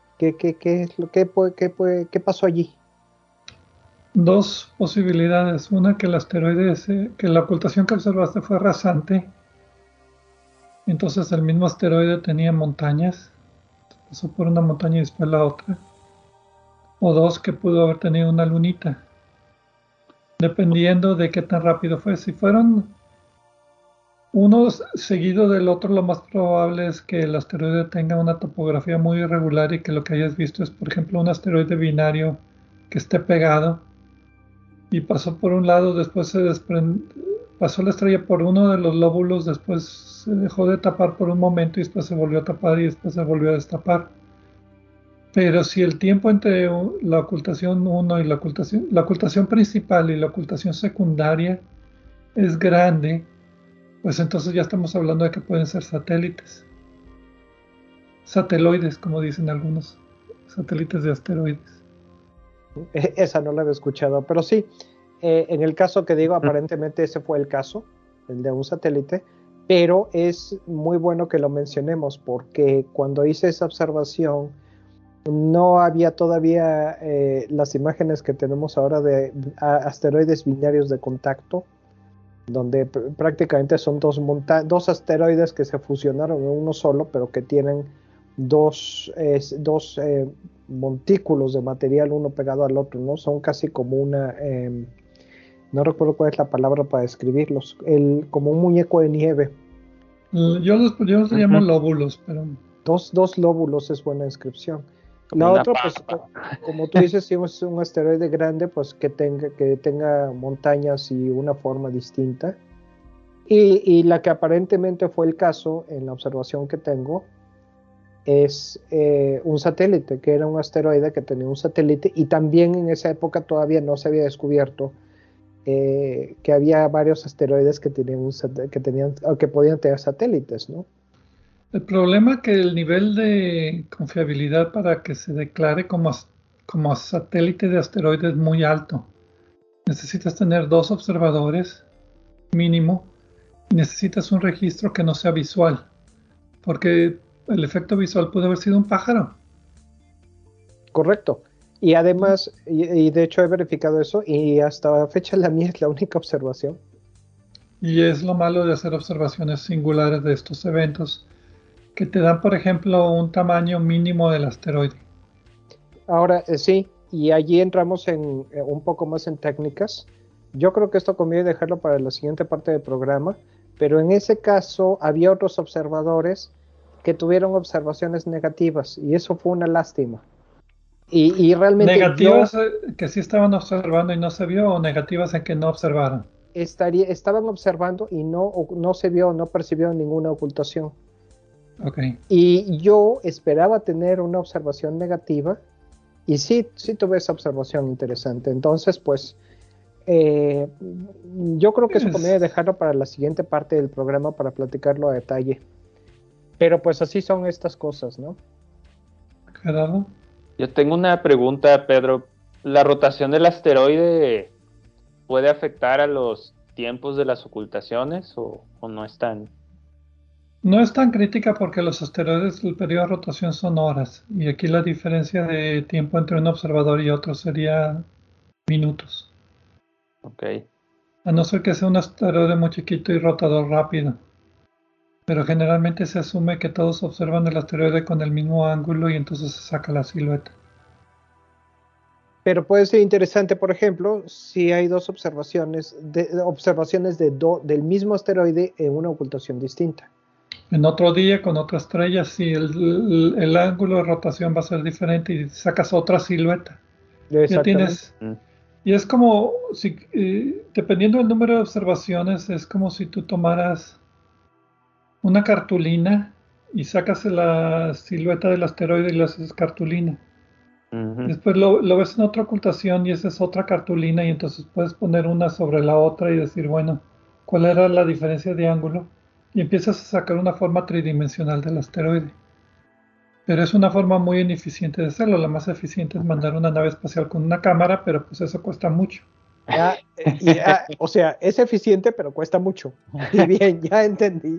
¿Qué pasó allí? Dos posibilidades. Una, que el asteroide, que la ocultación que observaste fue rasante. Entonces el mismo asteroide tenía montañas. Pasó por una montaña y después la otra. O dos, que pudo haber tenido una lunita. Dependiendo de qué tan rápido fue. Si fueron uno seguido del otro, lo más probable es que el asteroide tenga una topografía muy irregular y que lo que hayas visto es, por ejemplo, un asteroide binario que esté pegado y pasó por un lado, después pasó la estrella por uno de los lóbulos, después se dejó de tapar por un momento y después se volvió a tapar y después se volvió a destapar. Pero si el tiempo entre la ocultación 1 y la ocultación principal y la ocultación secundaria es grande, pues entonces ya estamos hablando de que pueden ser satélites. Sateloides, como dicen algunos, satélites de asteroides. Esa no la había escuchado, pero sí, en el caso que digo, aparentemente ese fue el caso, el de un satélite, pero es muy bueno que lo mencionemos porque cuando hice esa observación no había todavía las imágenes que tenemos ahora de asteroides binarios de contacto, donde prácticamente son dos asteroides que se fusionaron en uno solo, pero que tienen dos montículos de material uno pegado al otro, ¿no? Son casi como una, no recuerdo cuál es la palabra para describirlos, como un muñeco de nieve. Yo los llamo lóbulos, pero... Dos lóbulos es buena descripción. Como La una otra, pues, como tú dices, si es un asteroide grande, pues que tenga montañas y una forma distinta. Y la que aparentemente fue el caso en la observación que tengo es un satélite, que era un asteroide que tenía un satélite y también en esa época todavía no se había descubierto que había varios asteroides que que podían tener satélites, ¿no? El problema es que el nivel de confiabilidad para que se declare como satélite de asteroide es muy alto. Necesitas tener 2 observadores mínimo y necesitas un registro que no sea visual, porque el efecto visual puede haber sido un pájaro. Correcto. Y además, y de hecho he verificado eso y hasta la fecha la mía es la única observación. Y es lo malo de hacer observaciones singulares de estos eventos, que te dan, por ejemplo, un tamaño mínimo del asteroide. Ahora, sí, y allí entramos en un poco más en técnicas. Yo creo que esto conviene dejarlo para la siguiente parte del programa, pero en ese caso había otros observadores que tuvieron observaciones negativas y eso fue una lástima. Y realmente Negativas que sí estaban observando y no se vio, o negativas en que no observaron. estaban observando y no se vio, no percibieron ninguna ocultación. Okay. Y yo esperaba tener una observación negativa y sí tuve esa observación interesante. Entonces, pues, yo creo que eso conviene dejarlo para la siguiente parte del programa para platicarlo a detalle. Pero pues así son estas cosas, ¿no? Gerardo. Yo tengo una pregunta, Pedro. ¿La rotación del asteroide puede afectar a los tiempos de las ocultaciones o no están? No es tan crítica porque los asteroides, el periodo de rotación son horas, y aquí la diferencia de tiempo entre un observador y otro sería minutos. Ok. A no ser que sea un asteroide muy chiquito y rotador rápido. Pero generalmente se asume que todos observan el asteroide con el mismo ángulo y entonces se saca la silueta. Pero puede ser interesante, por ejemplo, si hay dos observaciones del mismo asteroide en una ocultación distinta. En otro día, con otra estrella, sí, el ángulo de rotación va a ser diferente y sacas otra silueta. Ya Exactamente. tienes. Y es como, si, dependiendo del número de observaciones, es como si tú tomaras una cartulina y sacas la silueta del asteroide y le haces cartulina. Después lo ves en otra ocultación y esa es otra cartulina y entonces puedes poner una sobre la otra y decir, bueno, ¿cuál era la diferencia de ángulo? Y empiezas a sacar una forma tridimensional del asteroide. Pero es una forma muy ineficiente de hacerlo. La más eficiente es mandar una nave espacial con una cámara, pero pues eso cuesta mucho. O sea, es eficiente, pero cuesta mucho. Y bien, ya entendí.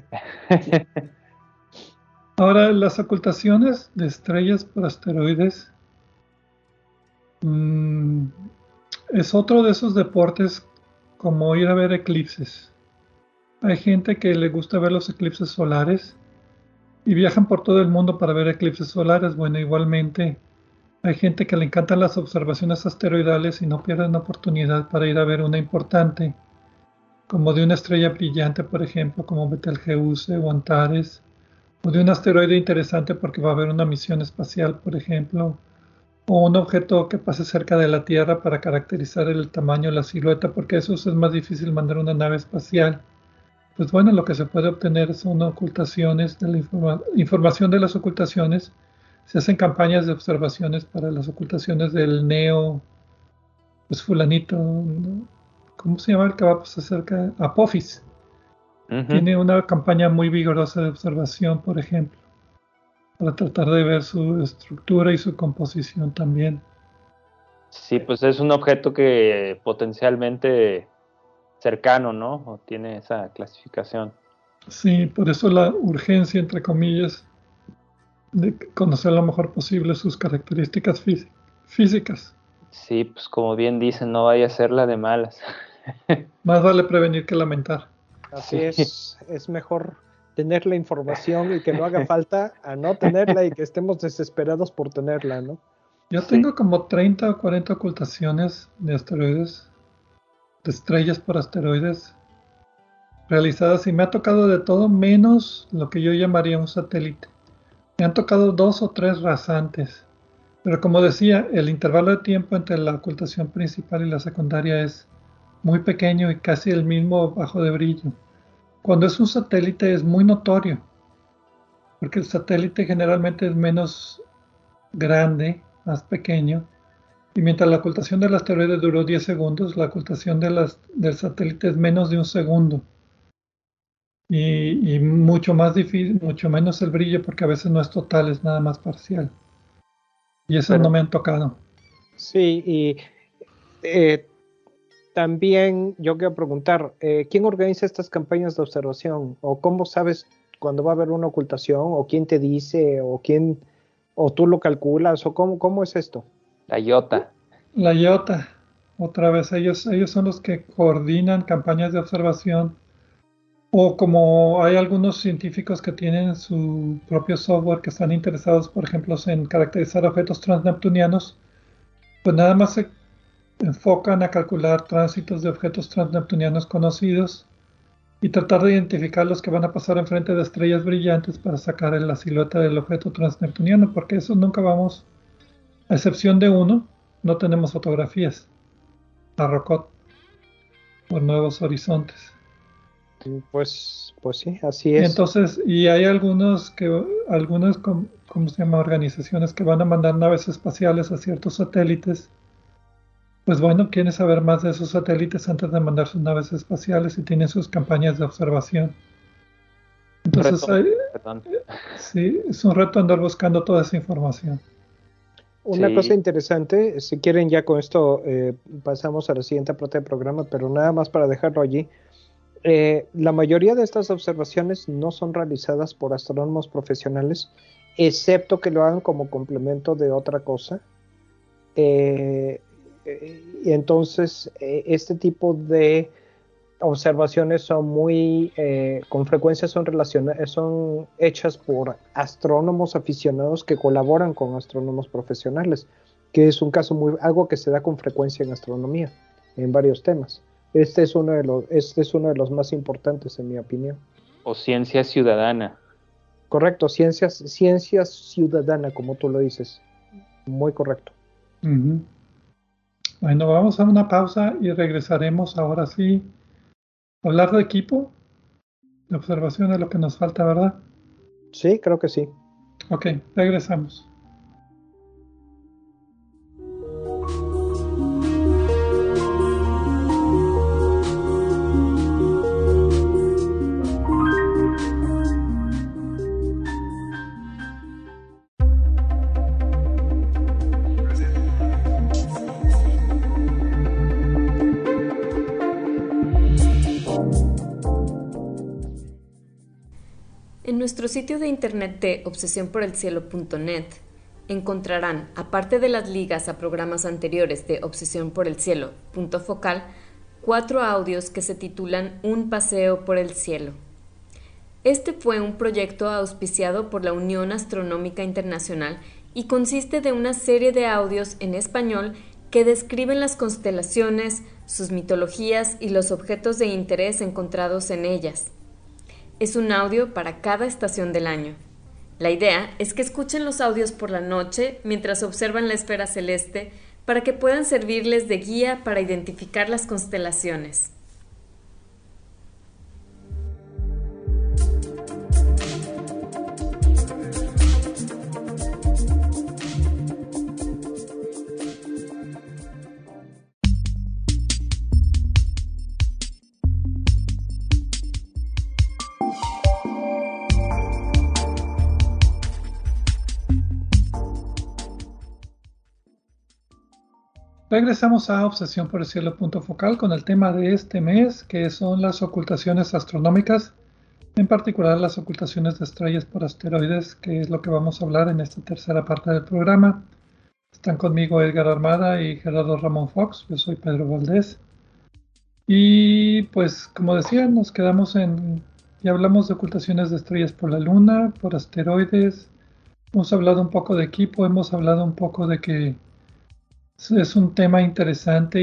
Ahora, las ocultaciones de estrellas por asteroides es otro de esos deportes como ir a ver eclipses. Hay gente que le gusta ver los eclipses solares y viajan por todo el mundo para ver eclipses solares. Bueno, igualmente hay gente que le encantan las observaciones asteroidales y no pierden oportunidad para ir a ver una importante, como de una estrella brillante, por ejemplo, como Betelgeuse o Antares, o de un asteroide interesante porque va a haber una misión espacial, por ejemplo, o un objeto que pase cerca de la Tierra para caracterizar el tamaño, la silueta, porque eso es más difícil mandar una nave espacial. Pues bueno, lo que se puede obtener son ocultaciones de la información de las ocultaciones. Se hacen campañas de observaciones para las ocultaciones del NEO, pues fulanito, ¿no? ¿Cómo se llama el que va pues acerca? Apophis. Tiene una campaña muy vigorosa de observación, por ejemplo, para tratar de ver su estructura y su composición también. Sí, pues es un objeto que potencialmente cercano, ¿no? O tiene esa clasificación. Sí, por eso la urgencia, entre comillas, de conocer lo mejor posible sus características físicas. Sí, pues como bien dicen, no vaya a ser la de malas. Más vale prevenir que lamentar. Así Sí. es mejor tener la información y que no haga falta a no tenerla y que estemos desesperados por tenerla, ¿no? Yo Sí. tengo como 30 o 40 ocultaciones de asteroides, de estrellas por asteroides realizadas y me ha tocado de todo menos lo que yo llamaría un satélite. Me han tocado 2 o 3 rasantes, pero como decía, el intervalo de tiempo entre la ocultación principal y la secundaria es muy pequeño y casi el mismo bajo de brillo. Cuando es un satélite es muy notorio, porque el satélite generalmente es menos grande, más pequeño, y mientras la ocultación del asteroide duró 10 segundos, la ocultación del satélite es menos de un segundo. Y mucho más difícil, mucho menos el brillo, porque a veces no es total, es nada más parcial. Y esas no me han tocado. Sí, y también yo quiero preguntar, ¿quién organiza estas campañas de observación? ¿O cómo sabes cuándo va a haber una ocultación? ¿O quién te dice? ¿O tú lo calculas? ¿O cómo es esto? La IOTA. La IOTA, otra vez, ellos son los que coordinan campañas de observación. O como hay algunos científicos que tienen su propio software que están interesados, por ejemplo, en caracterizar objetos transneptunianos, pues nada más se enfocan a calcular tránsitos de objetos transneptunianos conocidos y tratar de identificar los que van a pasar enfrente de estrellas brillantes para sacar la silueta del objeto transneptuniano, porque eso nunca vamos, a excepción de uno, no tenemos fotografías a Rocot por Nuevos Horizontes. Pues sí, así Y es. entonces, y hay algunas, ¿cómo se llama? Organizaciones que van a mandar naves espaciales a ciertos satélites. Pues bueno, quieren saber más de esos satélites antes de mandar sus naves espaciales y tienen sus campañas de observación. Entonces, sí, es un reto andar buscando toda esa información. Una Sí. cosa interesante, si quieren ya con esto pasamos a la siguiente parte del programa, pero nada más para dejarlo allí. La mayoría de estas observaciones no son realizadas por astrónomos profesionales, excepto que lo hagan como complemento de otra cosa. Y entonces este tipo de observaciones son con frecuencia son hechas por astrónomos aficionados que colaboran con astrónomos profesionales, que es un caso algo que se da con frecuencia en astronomía, en varios temas. Este es uno de los más importantes, en mi opinión. O ciencia ciudadana. Correcto, ciencia ciudadana, como tú lo dices. Muy correcto. Uh-huh. Bueno, vamos a una pausa y regresaremos ahora sí a hablar de equipo, de observación es lo que nos falta, ¿verdad? Sí, creo que sí. Ok, regresamos. En nuestro sitio de internet de obsesionporelcielo.net encontrarán, aparte de las ligas a programas anteriores de Obsesión por el Cielo, punto focal, 4 audios que se titulan Un paseo por el cielo. Este fue un proyecto auspiciado por la Unión Astronómica Internacional y consiste de una serie de audios en español que describen las constelaciones, sus mitologías y los objetos de interés encontrados en ellas. Es un audio para cada estación del año. La idea es que escuchen los audios por la noche mientras observan la esfera celeste para que puedan servirles de guía para identificar las constelaciones. Regresamos a Obsesión por el Cielo punto focal con el tema de este mes, que son las ocultaciones astronómicas, en particular las ocultaciones de estrellas por asteroides, que es lo que vamos a hablar en esta tercera parte del programa. Están conmigo Edgar Armada y Gerardo Ramón Fox. Yo soy Pedro Valdés. Y pues, como decía, nos quedamos ya hablamos de ocultaciones de estrellas por la Luna, por asteroides. Hemos hablado un poco de equipo, hemos hablado un poco de que es un tema interesante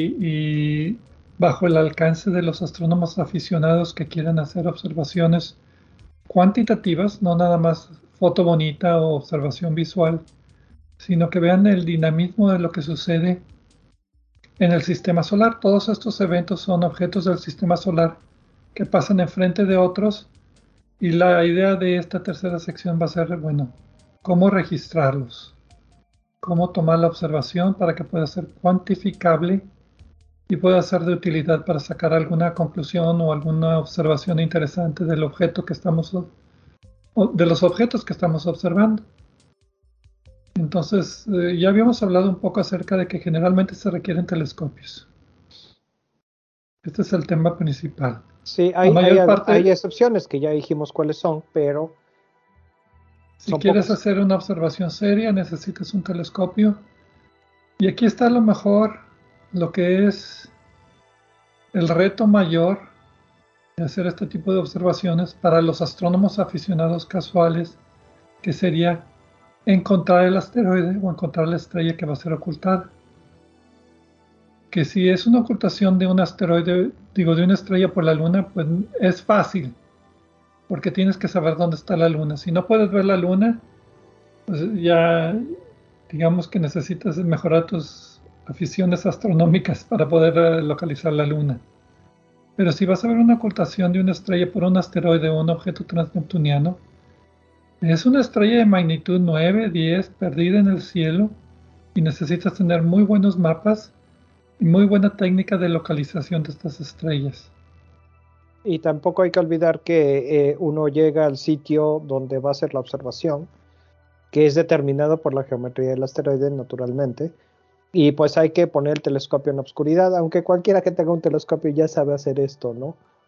y bajo el alcance de los astrónomos aficionados que quieran hacer observaciones cuantitativas, no nada más foto bonita o observación visual, sino que vean el dinamismo de lo que sucede en el sistema solar. Todos estos eventos son objetos del sistema solar que pasan enfrente de otros, y la idea de esta tercera sección va a ser, bueno, cómo registrarlos, cómo tomar la observación para que pueda ser cuantificable y pueda ser de utilidad para sacar alguna conclusión o alguna observación interesante del objeto que de los objetos que estamos observando. Entonces, ya habíamos hablado un poco acerca de que generalmente se requieren telescopios. Este es el tema principal. Sí, hay excepciones que ya dijimos cuáles son, pero si quieres hacer una observación seria, necesitas un telescopio. Y aquí está a lo mejor lo que es el reto mayor de hacer este tipo de observaciones para los astrónomos aficionados casuales, que sería encontrar el asteroide o encontrar la estrella que va a ser ocultada. Que si es una ocultación de un asteroide, de una estrella por la Luna, pues es fácil, porque tienes que saber dónde está la Luna. Si no puedes ver la Luna, pues ya digamos que necesitas mejorar tus aficiones astronómicas para poder localizar la Luna. Pero si vas a ver una ocultación de una estrella por un asteroide o un objeto transneptuniano, es una estrella de magnitud 9, 10, perdida en el cielo, y necesitas tener muy buenos mapas y muy buena técnica de localización de estas estrellas. Y tampoco hay que olvidar que uno llega al sitio donde va a hacer la observación, que es determinado por la geometría del asteroide, naturalmente, y pues hay que poner el telescopio en obscuridad, aunque cualquiera que tenga un telescopio ya sabe hacer esto, ¿no?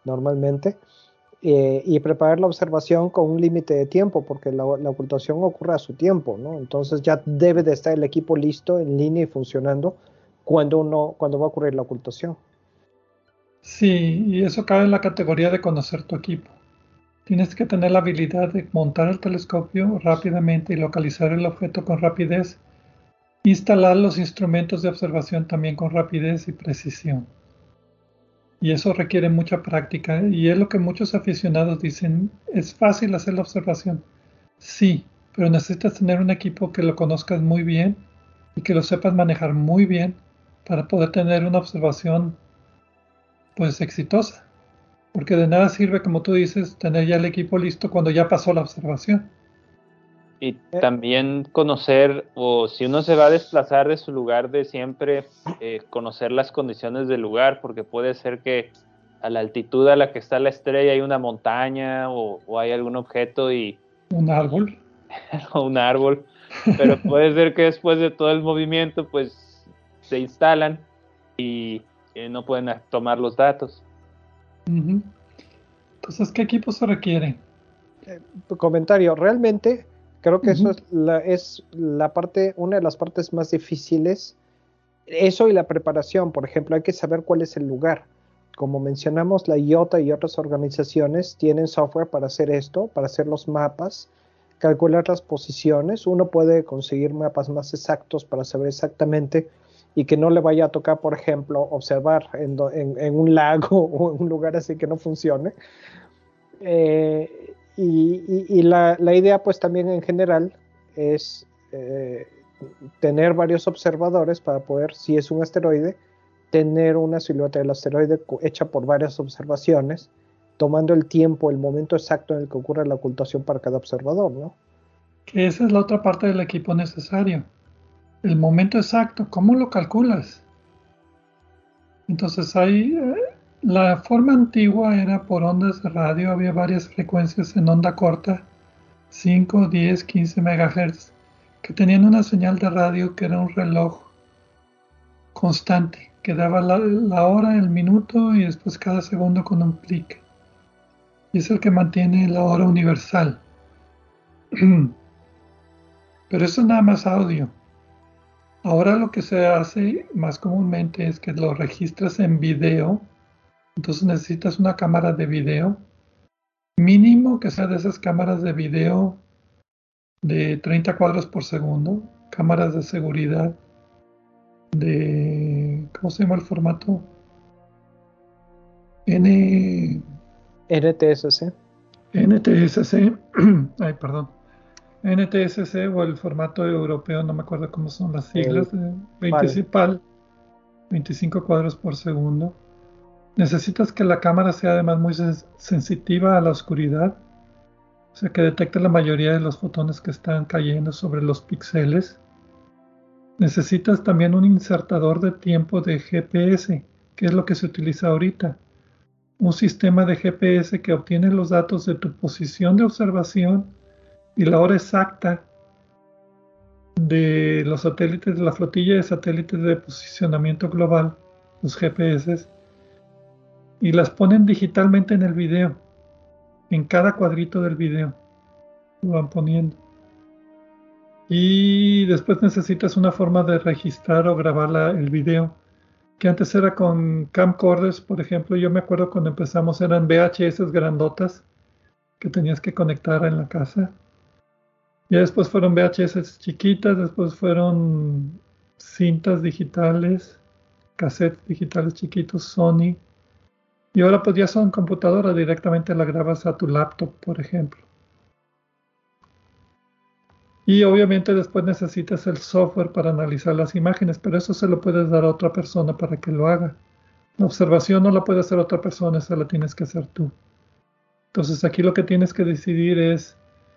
normalmente, y preparar la observación con un límite de tiempo, porque la ocultación ocurre a su tiempo, ¿no? Entonces ya debe de estar el equipo listo, en línea y funcionando cuando va a ocurrir la ocultación. Sí, y eso cabe en la categoría de conocer tu equipo. Tienes que tener la habilidad de montar el telescopio rápidamente y localizar el objeto con rapidez. Instalar los instrumentos de observación también con rapidez y precisión. Y eso requiere mucha práctica, y es lo que muchos aficionados dicen, es fácil hacer la observación. Sí, pero necesitas tener un equipo que lo conozcas muy bien y que lo sepas manejar muy bien para poder tener una observación pues exitosa. Porque de nada sirve, como tú dices, tener ya el equipo listo cuando ya pasó la observación. Y también conocer, o si uno se va a desplazar de su lugar de siempre, conocer las condiciones del lugar, porque puede ser que a la altitud a la que está la estrella hay una montaña o hay algún objeto Un árbol. o un árbol, pero puede ser que después de todo el movimiento pues se instalan y no pueden tomar los datos. Uh-huh. Entonces, ¿qué equipo se requiere? Comentario, realmente creo que Uh-huh. eso es la parte, una de las partes más difíciles. Eso y la preparación, por ejemplo, hay que saber cuál es el lugar. Como mencionamos, la IOTA y otras organizaciones tienen software para hacer esto, para hacer los mapas, calcular las posiciones. Uno puede conseguir mapas más exactos para saber exactamente y que no le vaya a tocar, por ejemplo, observar en un lago o en un lugar así que no funcione. Y la idea, pues también en general, es tener varios observadores para poder, si es un asteroide, tener una silueta del asteroide hecha por varias observaciones, tomando el tiempo, el momento exacto en el que ocurre la ocultación para cada observador, ¿no? Que esa es la otra parte del equipo necesario. El momento exacto, ¿cómo lo calculas? Entonces la forma antigua era por ondas de radio, había varias frecuencias en onda corta, 5, 10, 15 MHz, que tenían una señal de radio que era un reloj constante, que daba la hora, el minuto y después cada segundo con un clic. Y es el que mantiene la hora universal. Pero eso es nada más audio. Ahora lo que se hace más comúnmente es que lo registras en video. Entonces necesitas una cámara de video, mínimo que sea de esas cámaras de video de 30 cuadros por segundo, cámaras de seguridad de, ¿cómo se llama el formato? NTSC. NTSC, ay, perdón, NTSC o el formato europeo, no me acuerdo cómo son las siglas, PAL, 25 cuadros por segundo. Necesitas que la cámara sea además muy sensitiva a la oscuridad, o sea que detecte la mayoría de los fotones que están cayendo sobre los píxeles. Necesitas también un insertador de tiempo de GPS, que es lo que se utiliza ahorita. Un sistema de GPS que obtiene los datos de tu posición de observación y la hora exacta de los satélites de la flotilla de satélites de posicionamiento global, los GPS, y las ponen digitalmente en el video, en cada cuadrito del video, lo van poniendo. Y después necesitas una forma de registrar o grabar el video, que antes era con camcorders, por ejemplo. Yo me acuerdo cuando empezamos eran VHS grandotas que tenías que conectar en la casa. Ya después fueron VHS chiquitas, después fueron cintas digitales, cassettes digitales chiquitos, Sony. Y ahora pues ya son computadoras, directamente la grabas a tu laptop, por ejemplo. Y obviamente después necesitas el software para analizar las imágenes, pero eso se lo puedes dar a otra persona para que lo haga. La observación no la puede hacer otra persona, esa la tienes que hacer tú. Entonces aquí lo que tienes que decidir es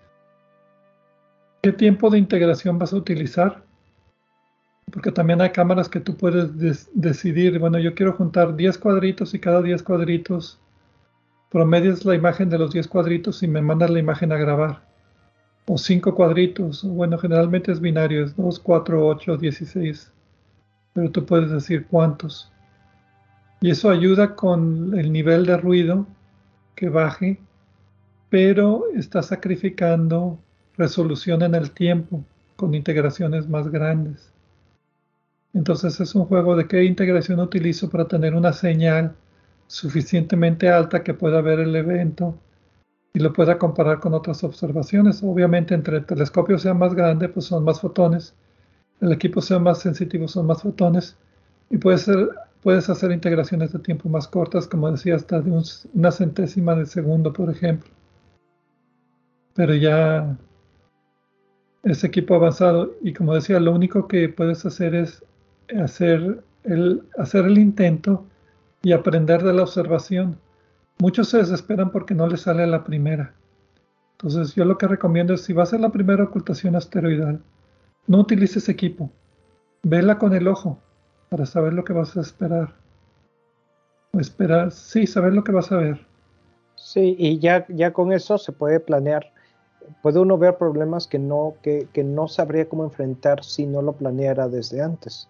qué tiempo de integración vas a utilizar, porque también hay cámaras que tú puedes decidir, bueno, yo quiero juntar 10 cuadritos y cada 10 cuadritos promedias la imagen de los 10 cuadritos y me mandas la imagen a grabar. O 5 cuadritos, bueno, generalmente es binario, es 2, 4, 8, 16, pero tú puedes decir cuántos. Y eso ayuda con el nivel de ruido que baje, pero está sacrificando resolución en el tiempo con integraciones más grandes. Entonces es un juego de qué integración utilizo para tener una señal suficientemente alta que pueda ver el evento y lo pueda comparar con otras observaciones. Obviamente, entre el telescopio sea más grande, pues son más fotones, el equipo sea más sensitivo, son más fotones, y puedes hacer integraciones de tiempo más cortas, como decía, hasta de una centésima de segundo, por ejemplo. Pero ya es equipo avanzado, y como decía, lo único que puedes hacer es hacer el intento y aprender de la observación. Muchos se desesperan porque no les sale a la primera. Entonces yo lo que recomiendo es, si va a ser la primera ocultación asteroidal, no utilices equipo. Vela con el ojo para saber lo que vas a esperar. O esperar, sí, saber lo que vas a ver. Sí, y ya con eso se puede planear. Puede uno ver problemas que no sabría cómo enfrentar si no lo planeara desde antes.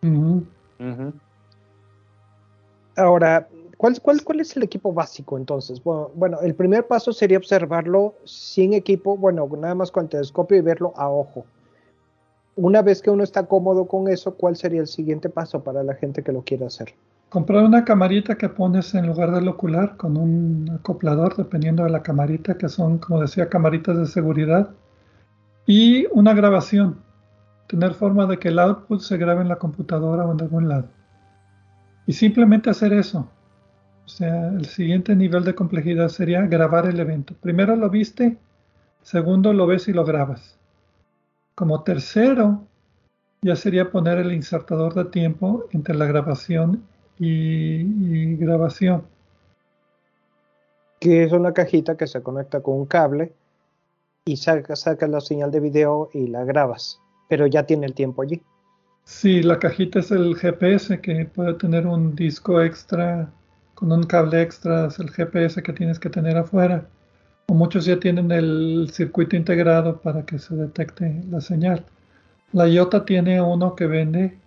Ahora, ¿cuál es el equipo básico entonces? Bueno, el primer paso sería observarlo sin equipo, bueno, nada más con el telescopio y verlo a ojo. Una vez que uno está cómodo con eso, ¿cuál sería el siguiente paso para la gente que lo quiera hacer? Comprar una camarita que pones en lugar del ocular con un acoplador, dependiendo de la camarita, que son, como decía, camaritas de seguridad. Y una grabación. Tener forma de que el output se grabe en la computadora o en algún lado. Y simplemente hacer eso. O sea, el siguiente nivel de complejidad sería grabar el evento. Primero lo viste, segundo lo ves y lo grabas. Como tercero, ya sería poner el insertador de tiempo entre la grabación y grabación. Que es una cajita que se conecta con un cable y saca la señal de video y la grabas, pero ya tiene el tiempo allí. Sí, la cajita es el GPS, que puede tener un disco extra con un cable extra, es el GPS que tienes que tener afuera. O muchos ya tienen el circuito integrado para que se detecte la señal. La IOTA tiene uno que vende,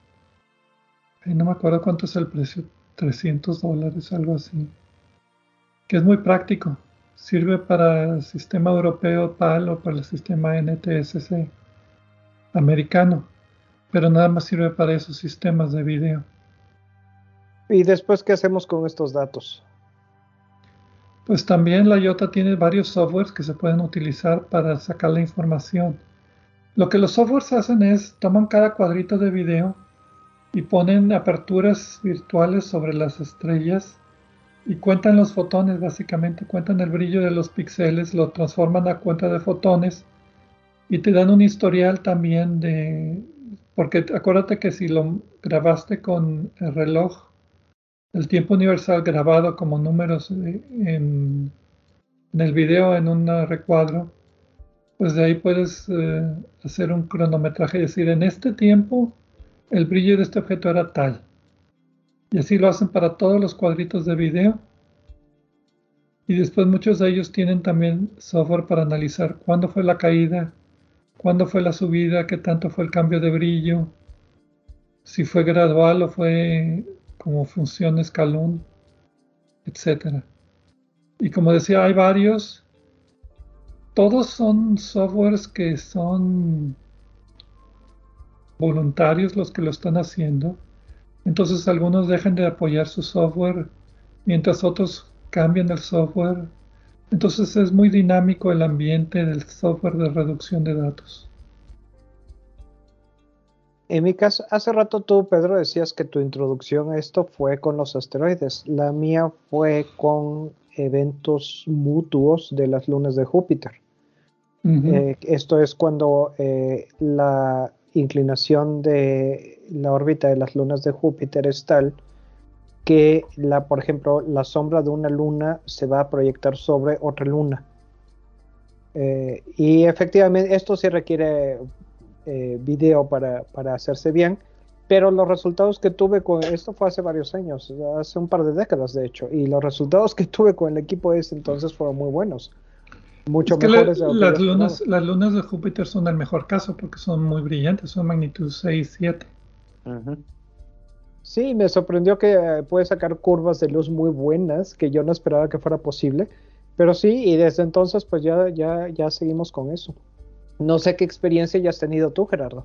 no me acuerdo cuánto es el precio, $300, algo así, que es muy práctico. Sirve para el sistema europeo PAL o para el sistema NTSC americano, pero nada más sirve para esos sistemas de video. ¿Y después qué hacemos con estos datos? Pues también la IOTA tiene varios softwares que se pueden utilizar para sacar la información. Lo que los softwares hacen es, toman cada cuadrito de video y ponen aperturas virtuales sobre las estrellas y cuentan los fotones, básicamente, cuentan el brillo de los píxeles, lo transforman a cuenta de fotones y te dan un historial también porque acuérdate que si lo grabaste con el reloj, el tiempo universal grabado como números en el video en un recuadro, pues de ahí puedes hacer un cronometraje y decir, en este tiempo el brillo de este objeto era tal. Y así lo hacen para todos los cuadritos de video. Y después muchos de ellos tienen también software para analizar cuándo fue la caída, cuándo fue la subida, qué tanto fue el cambio de brillo, si fue gradual o fue como función escalón, etcétera. Y como decía, hay varios. Todos son softwares que son voluntarios los que lo están haciendo. Entonces algunos dejan de apoyar su software mientras otros cambian el software. Entonces es muy dinámico el ambiente del software de reducción de datos. En mi caso, hace rato tú, Pedro, decías que tu introducción a esto fue con los asteroides. La mía fue con eventos mutuos de las lunas de Júpiter. Esto es cuando la inclinación de la órbita de las lunas de Júpiter es tal que, por ejemplo, la sombra de una luna se va a proyectar sobre otra luna. Y efectivamente esto sí requiere video para hacerse bien, pero los resultados que tuve con esto fue hace varios años, hace un par de décadas de hecho, y los resultados que tuve con el equipo ese entonces fueron muy buenos. Mucho mejores de lo que las lunas de Júpiter son el mejor caso porque son muy brillantes, son magnitud 6, 7. Sí, me sorprendió que puede sacar curvas de luz muy buenas, que yo no esperaba que fuera posible, pero sí, y desde entonces pues ya seguimos con eso. No sé qué experiencia ya has tenido tú, Gerardo.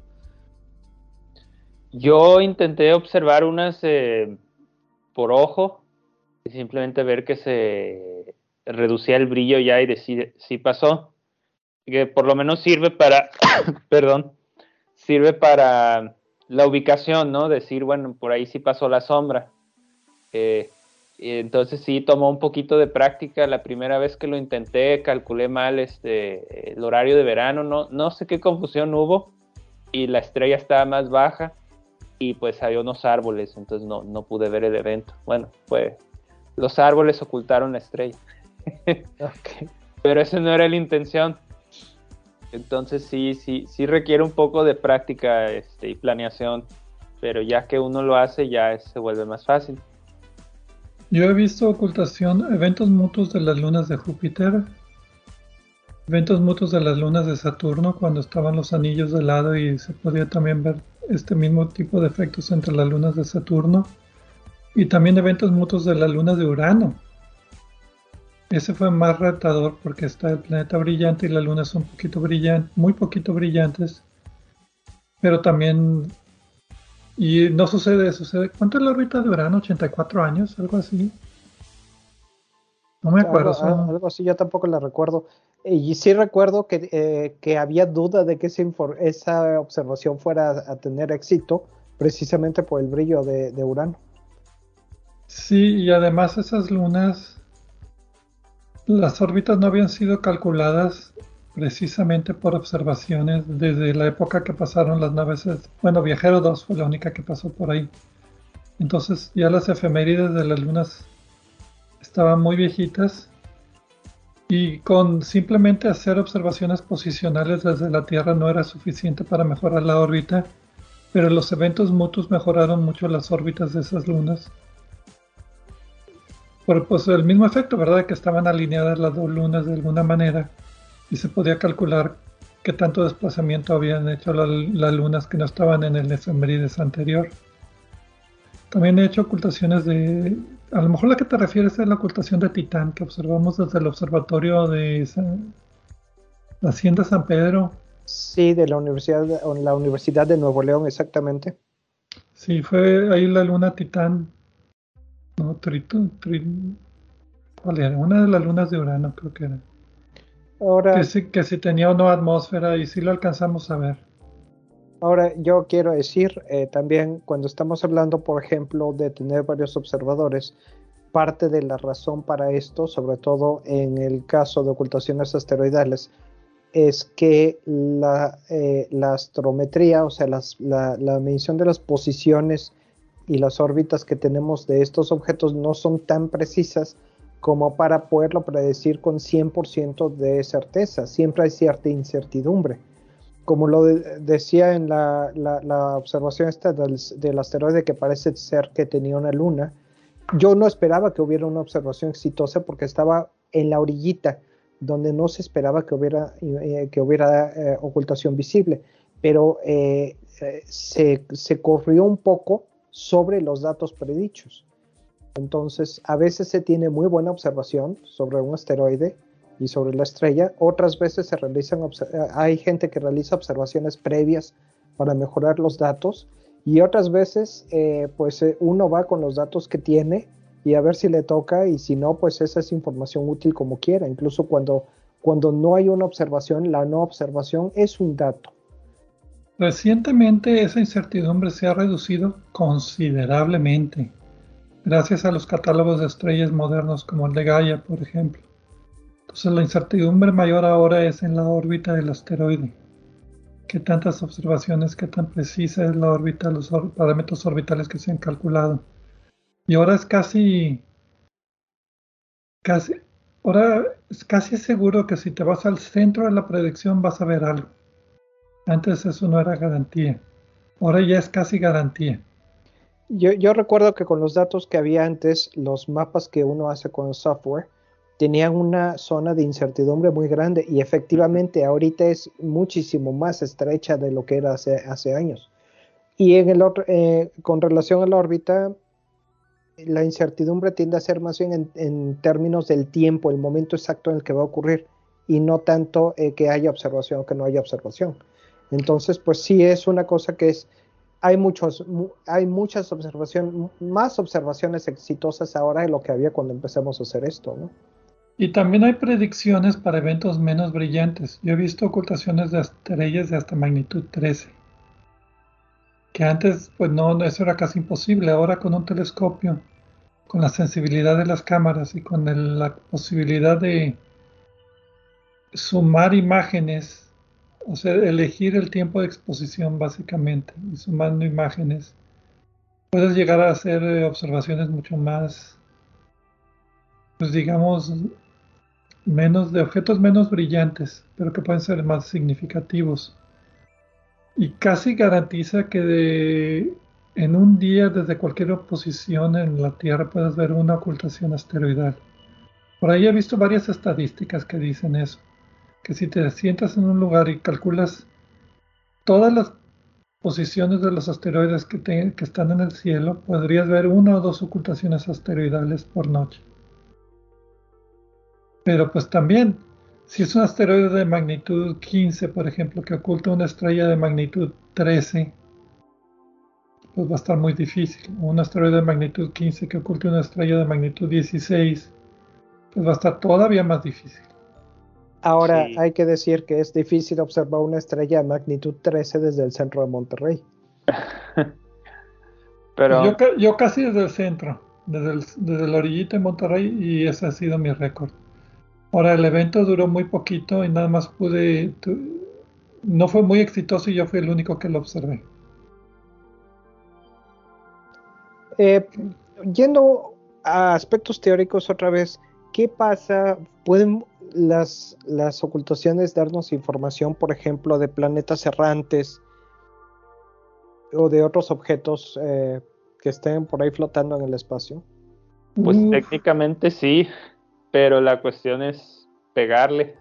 Yo intenté observar unas por ojo y simplemente ver que se reducía el brillo ya y decir si pasó. Que por lo menos sirve para, perdón, sirve para la ubicación, ¿no? Decir, bueno, por ahí sí pasó la sombra. Eh, y entonces sí tomó un poquito de práctica. La primera vez que lo intenté, calculé mal el horario de verano, no sé qué confusión hubo, y la estrella estaba más baja, y pues había unos árboles, entonces no pude ver el evento. Bueno, pues los árboles ocultaron la estrella. Okay. Pero esa no era la intención. Entonces sí requiere un poco de práctica y planeación, pero ya que uno lo hace ya se vuelve más fácil. Yo he visto ocultación, eventos mutuos de las lunas de Júpiter, eventos mutuos de las lunas de Saturno cuando estaban los anillos de lado y se podía también ver este mismo tipo de efectos entre las lunas de Saturno, y también eventos mutuos de las lunas de Urano. Ese fue más retador porque está el planeta brillante y la luna son un poquito brillantes, muy poquito brillantes, pero también, y no sucede, ¿cuánto es la órbita de Urano? ¿84 años? Algo así. No me acuerdo. Algo así, yo tampoco la recuerdo. Y sí recuerdo que había duda de que esa observación fuera a tener éxito, precisamente por el brillo de Urano. Sí, y además esas lunas, las órbitas no habían sido calculadas precisamente por observaciones desde la época que pasaron las naves. Bueno, Viajero 2 fue la única que pasó por ahí. Entonces ya las efemérides de las lunas estaban muy viejitas y con simplemente hacer observaciones posicionales desde la Tierra no era suficiente para mejorar la órbita, pero los eventos mutuos mejoraron mucho las órbitas de esas lunas. Por pues, el mismo efecto, ¿verdad? Que estaban alineadas las dos lunas de alguna manera y se podía calcular qué tanto desplazamiento habían hecho las lunas que no estaban en el efemérides anterior. También he hecho ocultaciones a lo mejor la que te refieres es la ocultación de Titán que observamos desde el observatorio de la Hacienda San Pedro. Sí, de la Universidad de Nuevo León, exactamente. Sí, fue ahí la luna Titán. No, ¿cuál era? Una de las lunas de Urano, creo que era. Ahora, Que si tenía o no atmósfera, y sí lo alcanzamos a ver. ahora yo quiero decir también, cuando estamos hablando, por ejemplo, de tener varios observadores, parte de la razón para esto, sobre todo en el caso de ocultaciones asteroidales, es que la astrometría, o sea, la medición de las posiciones y las órbitas que tenemos de estos objetos no son tan precisas como para poderlo predecir con 100% de certeza. Siempre hay cierta incertidumbre. Como lo decía en la observación esta del asteroide que parece ser que tenía una luna, yo no esperaba que hubiera una observación exitosa porque estaba en la orillita, donde no se esperaba que hubiera ocultación visible, pero se corrió un poco sobre los datos predichos. Entonces, a veces se tiene muy buena observación sobre un asteroide y sobre la estrella, otras veces hay gente que realiza observaciones previas para mejorar los datos, y otras veces uno va con los datos que tiene y a ver si le toca, y si no, pues esa es información útil como quiera. Incluso cuando no hay una observación, la no observación es un dato. Recientemente esa incertidumbre se ha reducido considerablemente, gracias a los catálogos de estrellas modernos como el de Gaia, por ejemplo. Entonces la incertidumbre mayor ahora es en la órbita del asteroide. ¿Qué tantas observaciones, qué tan precisa es la órbita, los parámetros orbitales que se han calculado? Y ahora es ahora es casi seguro que si te vas al centro de la predicción vas a ver algo. Antes eso no era garantía. Ahora ya es casi garantía. Yo recuerdo que con los datos que había antes, los mapas que uno hace con el software tenían una zona de incertidumbre muy grande, y efectivamente ahorita es muchísimo más estrecha de lo que era hace años. Y con relación a la órbita, la incertidumbre tiende a ser más bien en términos del tiempo, el momento exacto en el que va a ocurrir, y no tanto que haya observación o que no haya observación. Entonces, pues sí es una cosa que hay muchas observaciones, más observaciones exitosas ahora de lo que había cuando empezamos a hacer esto, ¿no? Y también hay predicciones para eventos menos brillantes. Yo he visto ocultaciones de estrellas de hasta magnitud 13. Que antes, pues no, eso era casi imposible. Ahora con un telescopio, con la sensibilidad de las cámaras y con la posibilidad de sumar imágenes, o sea, elegir el tiempo de exposición básicamente, y sumando imágenes, puedes llegar a hacer observaciones mucho más, pues digamos, de objetos menos brillantes, pero que pueden ser más significativos. Y casi garantiza que en un día desde cualquier posición en la Tierra puedes ver una ocultación asteroidal. Por ahí he visto varias estadísticas que dicen eso, que si te sientas en un lugar y calculas todas las posiciones de los asteroides que están en el cielo, podrías ver una o dos ocultaciones asteroidales por noche. Pero pues también, si es un asteroide de magnitud 15, por ejemplo, que oculta una estrella de magnitud 13, pues va a estar muy difícil. O un asteroide de magnitud 15 que oculte una estrella de magnitud 16, pues va a estar todavía más difícil. Ahora Sí. hay que decir que es difícil observar una estrella de magnitud 13 desde el centro de Monterrey. Pero Pues yo casi desde el centro, desde la orillita de Monterrey, y ese ha sido mi récord. Ahora, el evento duró muy poquito y nada más no fue muy exitoso y yo fui el único que lo observé. Yendo a aspectos teóricos otra vez, ¿qué pasa? ¿Pueden las ocultaciones darnos información, por ejemplo, de planetas errantes o de otros objetos que estén por ahí flotando en el espacio? pues Uf, técnicamente sí, pero la cuestión es pegarle.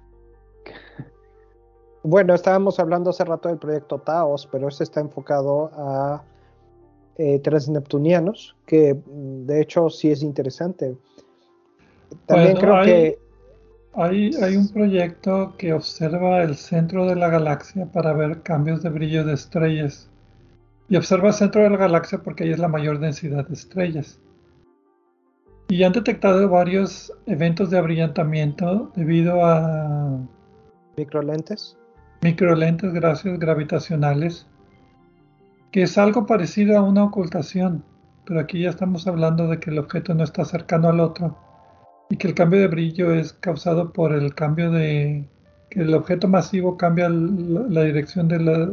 Bueno, estábamos hablando hace rato del proyecto Taos, pero ese está enfocado a transneptunianos, que de hecho sí es interesante. También bueno, creo que hay un proyecto que observa el centro de la galaxia para ver cambios de brillo de estrellas. Y observa el centro de la galaxia porque ahí es la mayor densidad de estrellas. Y han detectado varios eventos de abrillantamiento debido a microlentes. microlentes, gracias, gravitacionales, que es algo parecido a una ocultación, pero aquí ya estamos hablando de que el objeto no está cercano al otro y que el cambio de brillo es causado por el cambio que el objeto masivo cambia la dirección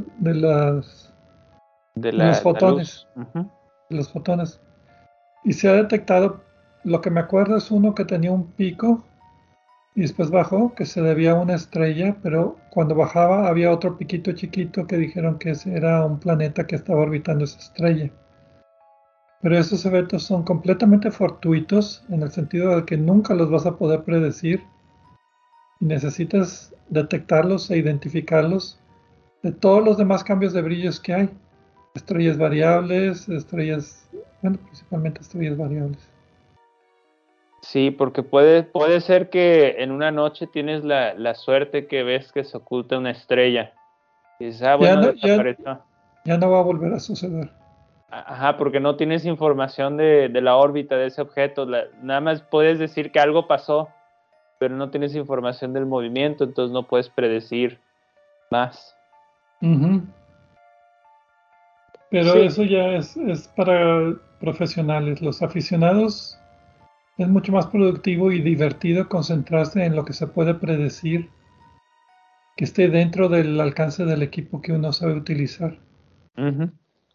De de los la fotones, luz. Ujú. de los fotones. Y se ha detectado, lo que me acuerdo es uno que tenía un pico y después bajó, que se debía a una estrella, pero cuando bajaba había otro piquito chiquito que dijeron que ese era un planeta que estaba orbitando esa estrella. Pero esos eventos son completamente fortuitos en el sentido de que nunca los vas a poder predecir y necesitas detectarlos e identificarlos de todos los demás cambios de brillos que hay. Estrellas variables, bueno, principalmente estrellas variables. Sí, porque puede ser que en una noche tienes la suerte que ves que se oculta una estrella. Y dices, Ya bueno, no, desapareció. ya no va a volver a suceder. Ajá, porque no tienes información de la órbita de ese objeto. Nada más puedes decir que algo pasó, pero no tienes información del movimiento, entonces no puedes predecir más. Ujú. Pero Sí, eso ya es para profesionales. Los aficionados es mucho más productivo y divertido concentrarse en lo que se puede predecir, que esté dentro del alcance del equipo que uno sabe utilizar. ujú.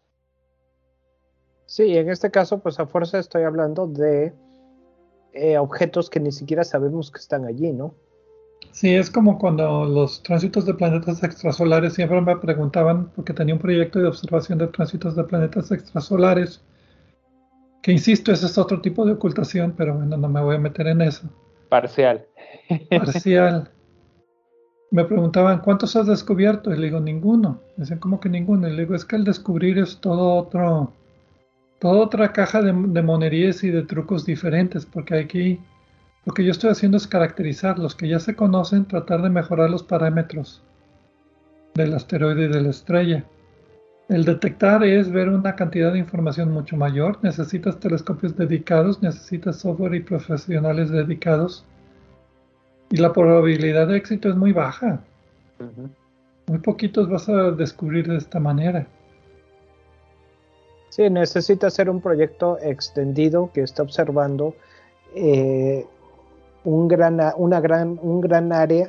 Sí, en este caso, pues a fuerza estoy hablando de objetos que ni siquiera sabemos que están allí, ¿no? Sí, es como cuando los tránsitos de planetas extrasolares siempre me preguntaban, porque tenía un proyecto de observación de tránsitos de planetas extrasolares, que insisto, ese es otro tipo de ocultación, pero bueno, no me voy a meter en eso. Parcial. Parcial. Me preguntaban, ¿cuántos has descubierto? Y le digo, ninguno. Me dicen, ¿cómo que ninguno? Y le digo, es que el descubrir es toda otra caja de monerías y de trucos diferentes, porque aquí lo que yo estoy haciendo es caracterizar los que ya se conocen, tratar de mejorar los parámetros del asteroide y de la estrella. El detectar es ver una cantidad de información mucho mayor. Necesitas telescopios dedicados, necesitas software y profesionales dedicados. Y la probabilidad de éxito es muy baja. Muy poquitos vas a descubrir de esta manera. Sí, necesita ser un proyecto extendido que está observando un gran área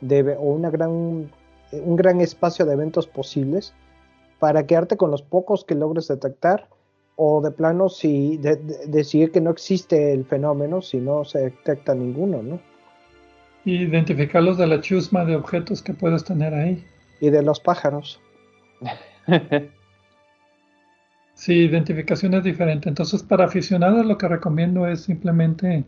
un gran espacio de eventos posibles para quedarte con los pocos que logres detectar, o de plano si decidir que no existe el fenómeno si no se detecta ninguno, ¿no? Identificarlos de la chusma de objetos que puedes tener ahí. Y de los pájaros. Sí, identificación es diferente. Entonces, para aficionados lo que recomiendo es simplemente...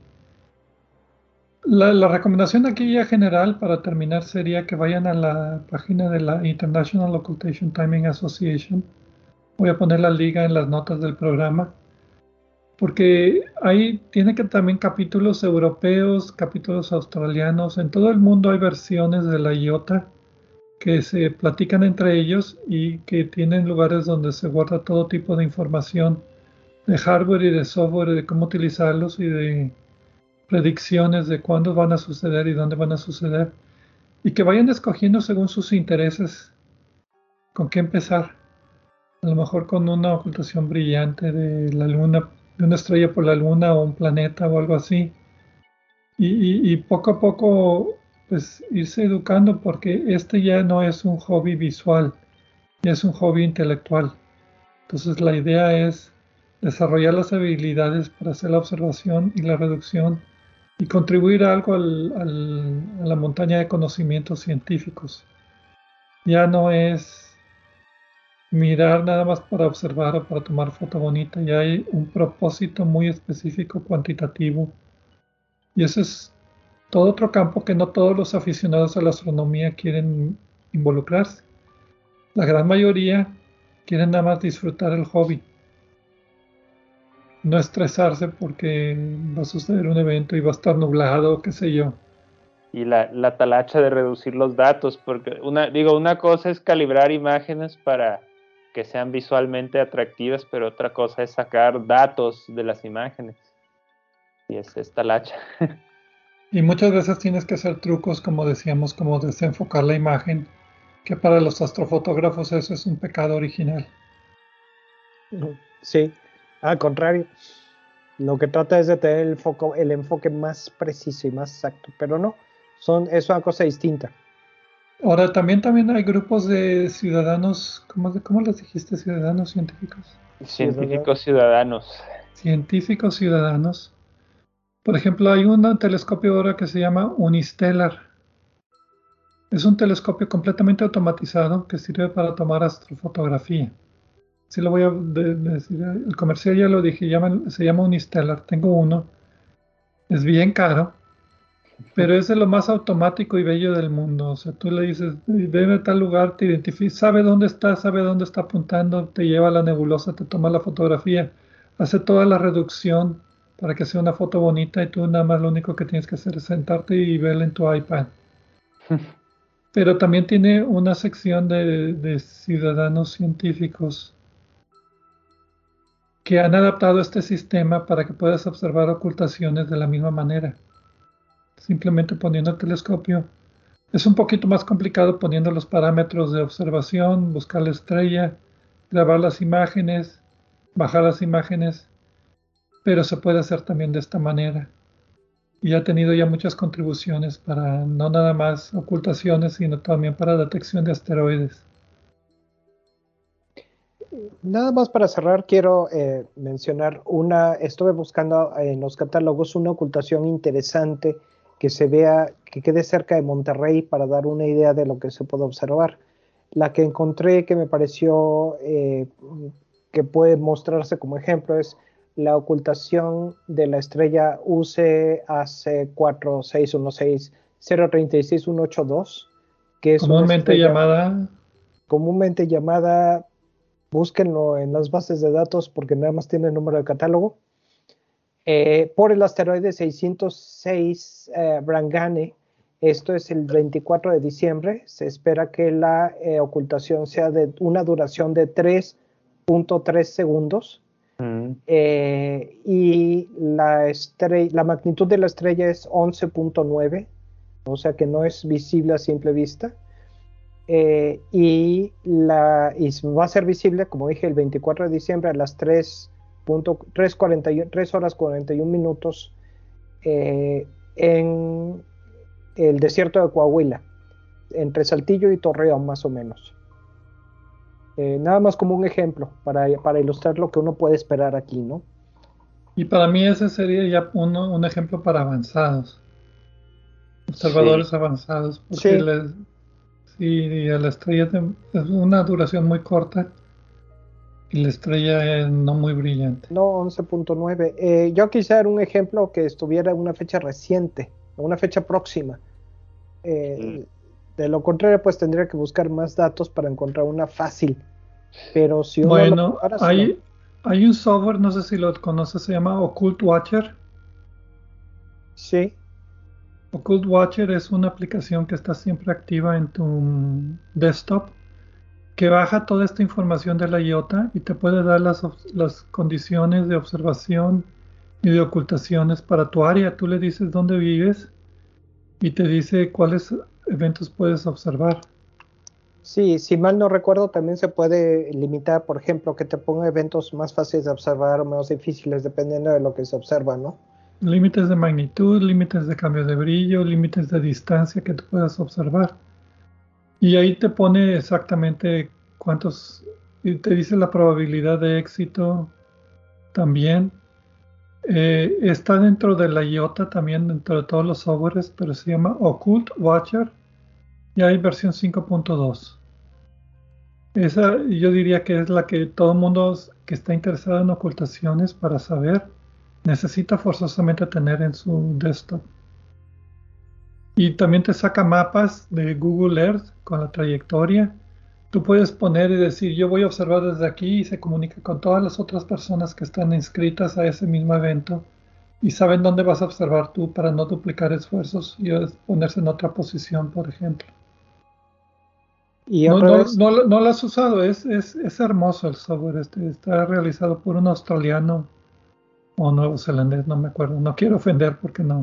La recomendación aquí ya general para terminar sería que vayan a la página de la International Occultation Timing Association. Voy a poner la liga en las notas del programa. Porque ahí tiene que también capítulos europeos, capítulos australianos. En todo el mundo hay versiones de la IOTA que se platican entre ellos y que tienen lugares donde se guarda todo tipo de información de hardware y de software, de cómo utilizarlos y de predicciones de cuándo van a suceder y dónde van a suceder. Y que vayan escogiendo según sus intereses con qué empezar. A lo mejor con una ocultación brillante de la luna, de una estrella por la luna o un planeta o algo así. Y poco a poco, pues irse educando porque este ya no es un hobby visual, ya es un hobby intelectual. Entonces la idea es desarrollar las habilidades para hacer la observación y la reducción y contribuir algo a la montaña de conocimientos científicos. Ya no es mirar nada más para observar o para tomar foto bonita, ya hay un propósito muy específico cuantitativo. Y ese es todo otro campo que no todos los aficionados a la astronomía quieren involucrarse. La gran mayoría quieren nada más disfrutar el hobby, no estresarse porque va a suceder un evento y va a estar nublado, qué sé yo. Y la talacha de reducir los datos, porque una cosa es calibrar imágenes para que sean visualmente atractivas, pero otra cosa es sacar datos de las imágenes. Y es talacha. Y muchas veces tienes que hacer trucos, como decíamos, como desenfocar la imagen, que para los astrofotógrafos eso es un pecado original. Sí, al contrario. Lo que trata es de tener el enfoque más preciso y más exacto, pero no, es una cosa distinta. Ahora, también hay grupos de ciudadanos, ¿cómo les dijiste? Ciudadanos científicos. Científicos ciudadanos. Científicos ciudadanos. Por ejemplo, hay un telescopio ahora que se llama Unistellar. Es un telescopio completamente automatizado que sirve para tomar astrofotografía. Sí lo voy a decir. El comercial ya lo dije, se llama Unistellar. Tengo uno. Es bien caro, pero es de lo más automático y bello del mundo. O sea, tú le dices, ve a tal lugar, te identifica, sabe dónde está apuntando, te lleva a la nebulosa, te toma la fotografía, hace toda la reducción para que sea una foto bonita y tú nada más lo único que tienes que hacer es sentarte y verla en tu iPad. Pero también tiene una sección de ciudadanos científicos que han adaptado este sistema para que puedas observar ocultaciones de la misma manera. Simplemente poniendo el telescopio. Es un poquito más complicado poniendo los parámetros de observación, buscar la estrella, grabar las imágenes, bajar las imágenes, pero se puede hacer también de esta manera. Y ha tenido ya muchas contribuciones para no nada más ocultaciones, sino también para detección de asteroides. Nada más para cerrar, quiero mencionar estuve buscando en los catálogos una ocultación interesante que que quede cerca de Monterrey para dar una idea de lo que se puede observar. La que encontré que me pareció que puede mostrarse como ejemplo es la ocultación de la estrella UC AC 46160361182, que es una Comúnmente estrella llamada, búsquenlo en las bases de datos porque nada más tiene el número de catálogo, por el asteroide 606 Brangane. Esto es el 24 de diciembre. Se espera que la ocultación sea de una duración de 3.3 segundos. Y la magnitud de la estrella es 11.9, o sea que no es visible a simple vista. Y va a ser visible, como dije, el 24 de diciembre a las 3 horas 41 minutos en el desierto de Coahuila, entre Saltillo y Torreón, más o menos. Nada más como un ejemplo para ilustrar lo que uno puede esperar aquí, ¿no? y para mí ese sería ya un ejemplo para avanzados, observadores avanzados, porque Sí. si la estrella es una duración muy corta y la estrella es no muy brillante. No, 11.9. Yo quisiera un ejemplo que estuviera en una fecha reciente, una fecha próxima. De lo contrario, pues tendría que buscar más datos para encontrar una fácil. Pero si uno lo Bueno, compara, hay un software, no sé si lo conoces, se llama Occult Watcher. sí. Occult Watcher es una aplicación que está siempre activa en tu desktop, que baja toda esta información de la IOTA y te puede dar las condiciones de observación y de ocultaciones para tu área. Tú le dices dónde vives y te dice cuáles eventos puedes observar. Sí, si mal no recuerdo, también se puede limitar, por ejemplo, que te ponga eventos más fáciles de observar o menos difíciles, dependiendo de lo que se observa, ¿no? Límites de magnitud, límites de cambio de brillo, límites de distancia que tú puedas observar. Y ahí te pone exactamente cuántos, y te dice la probabilidad de éxito también. Está dentro de la IOTA también, dentro de todos los softwares, pero se llama Occult Watcher y hay versión 5.2. Esa yo diría que es la que todo mundo que está interesado en ocultaciones para saber necesita forzosamente tener en su desktop. Y también te saca mapas de Google Earth con la trayectoria. Tú puedes poner y decir, yo voy a observar desde aquí y se comunica con todas las otras personas que están inscritas a ese mismo evento y saben dónde vas a observar tú para no duplicar esfuerzos y ponerse en otra posición, por ejemplo. Y No, otra no, vez, no, no lo has usado, es hermoso el software. Está realizado por un australiano o neozelandés, no me acuerdo. No quiero ofender porque no.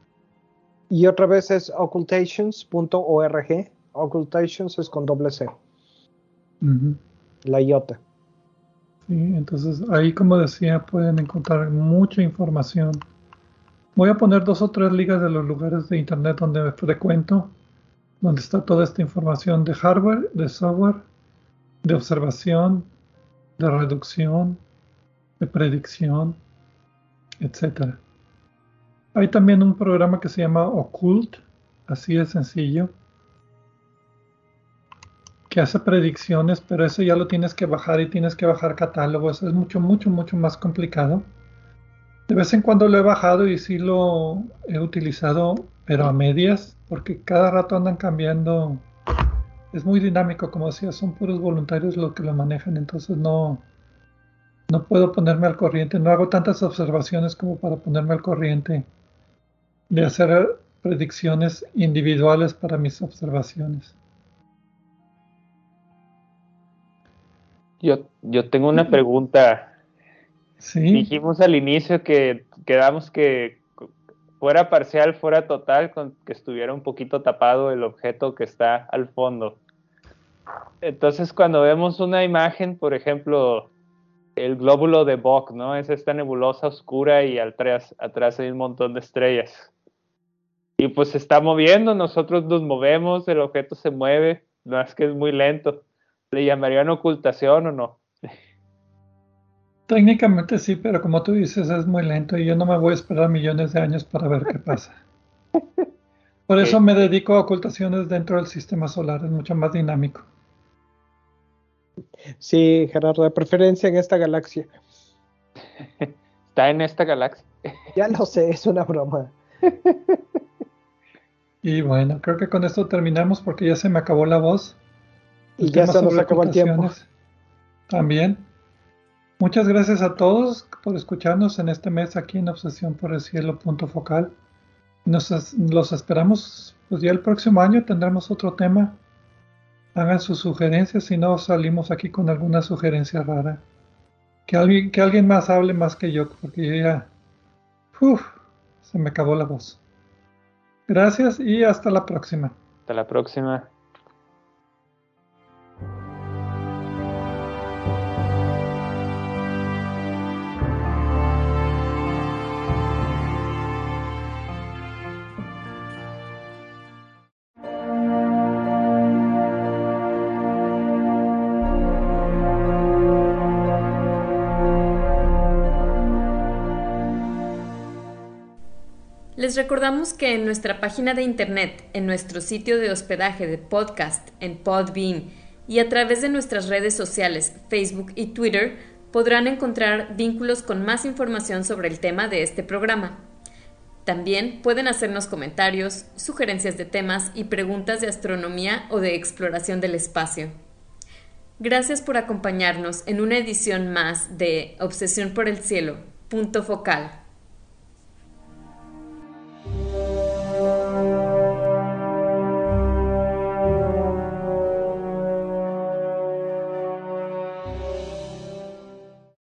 es occultations.org. Occultations es con doble C, Ujú. la IOTA. Sí, entonces ahí, como decía, pueden encontrar mucha información. Voy a poner 2 o 3 ligas de los lugares de internet donde me frecuento, donde está toda esta información de hardware, de software, de observación, de reducción, de predicción, etcétera. Hay también un programa que se llama Occult, así de sencillo, que hace predicciones, pero eso ya lo tienes que bajar y tienes que bajar catálogos. Es mucho, mucho, mucho más complicado. De vez en cuando lo he bajado y sí lo he utilizado, pero a medias, porque cada rato andan cambiando. Es muy dinámico, como decía, son puros voluntarios los que lo manejan, entonces no puedo ponerme al corriente, no hago tantas observaciones como para ponerme al corriente de hacer predicciones individuales para mis observaciones. Yo tengo una pregunta. Sí, Dijimos al inicio que quedamos que fuera parcial, fuera total, con que estuviera un poquito tapado el objeto que está al fondo. Entonces, cuando vemos una imagen, por ejemplo, el glóbulo de Bok, ¿no? Es esta nebulosa oscura y atrás hay un montón de estrellas. Y pues se está moviendo, nosotros nos movemos, el objeto se mueve, no es que es muy lento. ¿Le llamarían ocultación o no? técnicamente sí, pero como tú dices, es muy lento y yo no me voy a esperar millones de años para ver qué pasa. Por eso me dedico a ocultaciones dentro del sistema solar, es mucho más dinámico. Sí, Gerardo, de preferencia en esta galaxia. Está en esta galaxia. Ya lo sé, es una broma. Y bueno, creo que con esto terminamos porque ya se me acabó la voz. Y ya se nos acabó el tiempo. También. Muchas gracias a todos por escucharnos en este mes aquí en Obsesión por el Cielo, punto focal. Los esperamos, pues ya el próximo año tendremos otro tema. Hagan sus sugerencias, si no salimos aquí con alguna sugerencia rara. Que alguien más hable más que yo, porque yo ya se me acabó la voz. Gracias y hasta la próxima. Hasta la próxima. Les recordamos que en nuestra página de internet, en nuestro sitio de hospedaje de podcast, en Podbean y a través de nuestras redes sociales, Facebook y Twitter, podrán encontrar vínculos con más información sobre el tema de este programa. También pueden hacernos comentarios, sugerencias de temas y preguntas de astronomía o de exploración del espacio. Gracias por acompañarnos en una edición más de Obsesión por el Cielo, punto focal.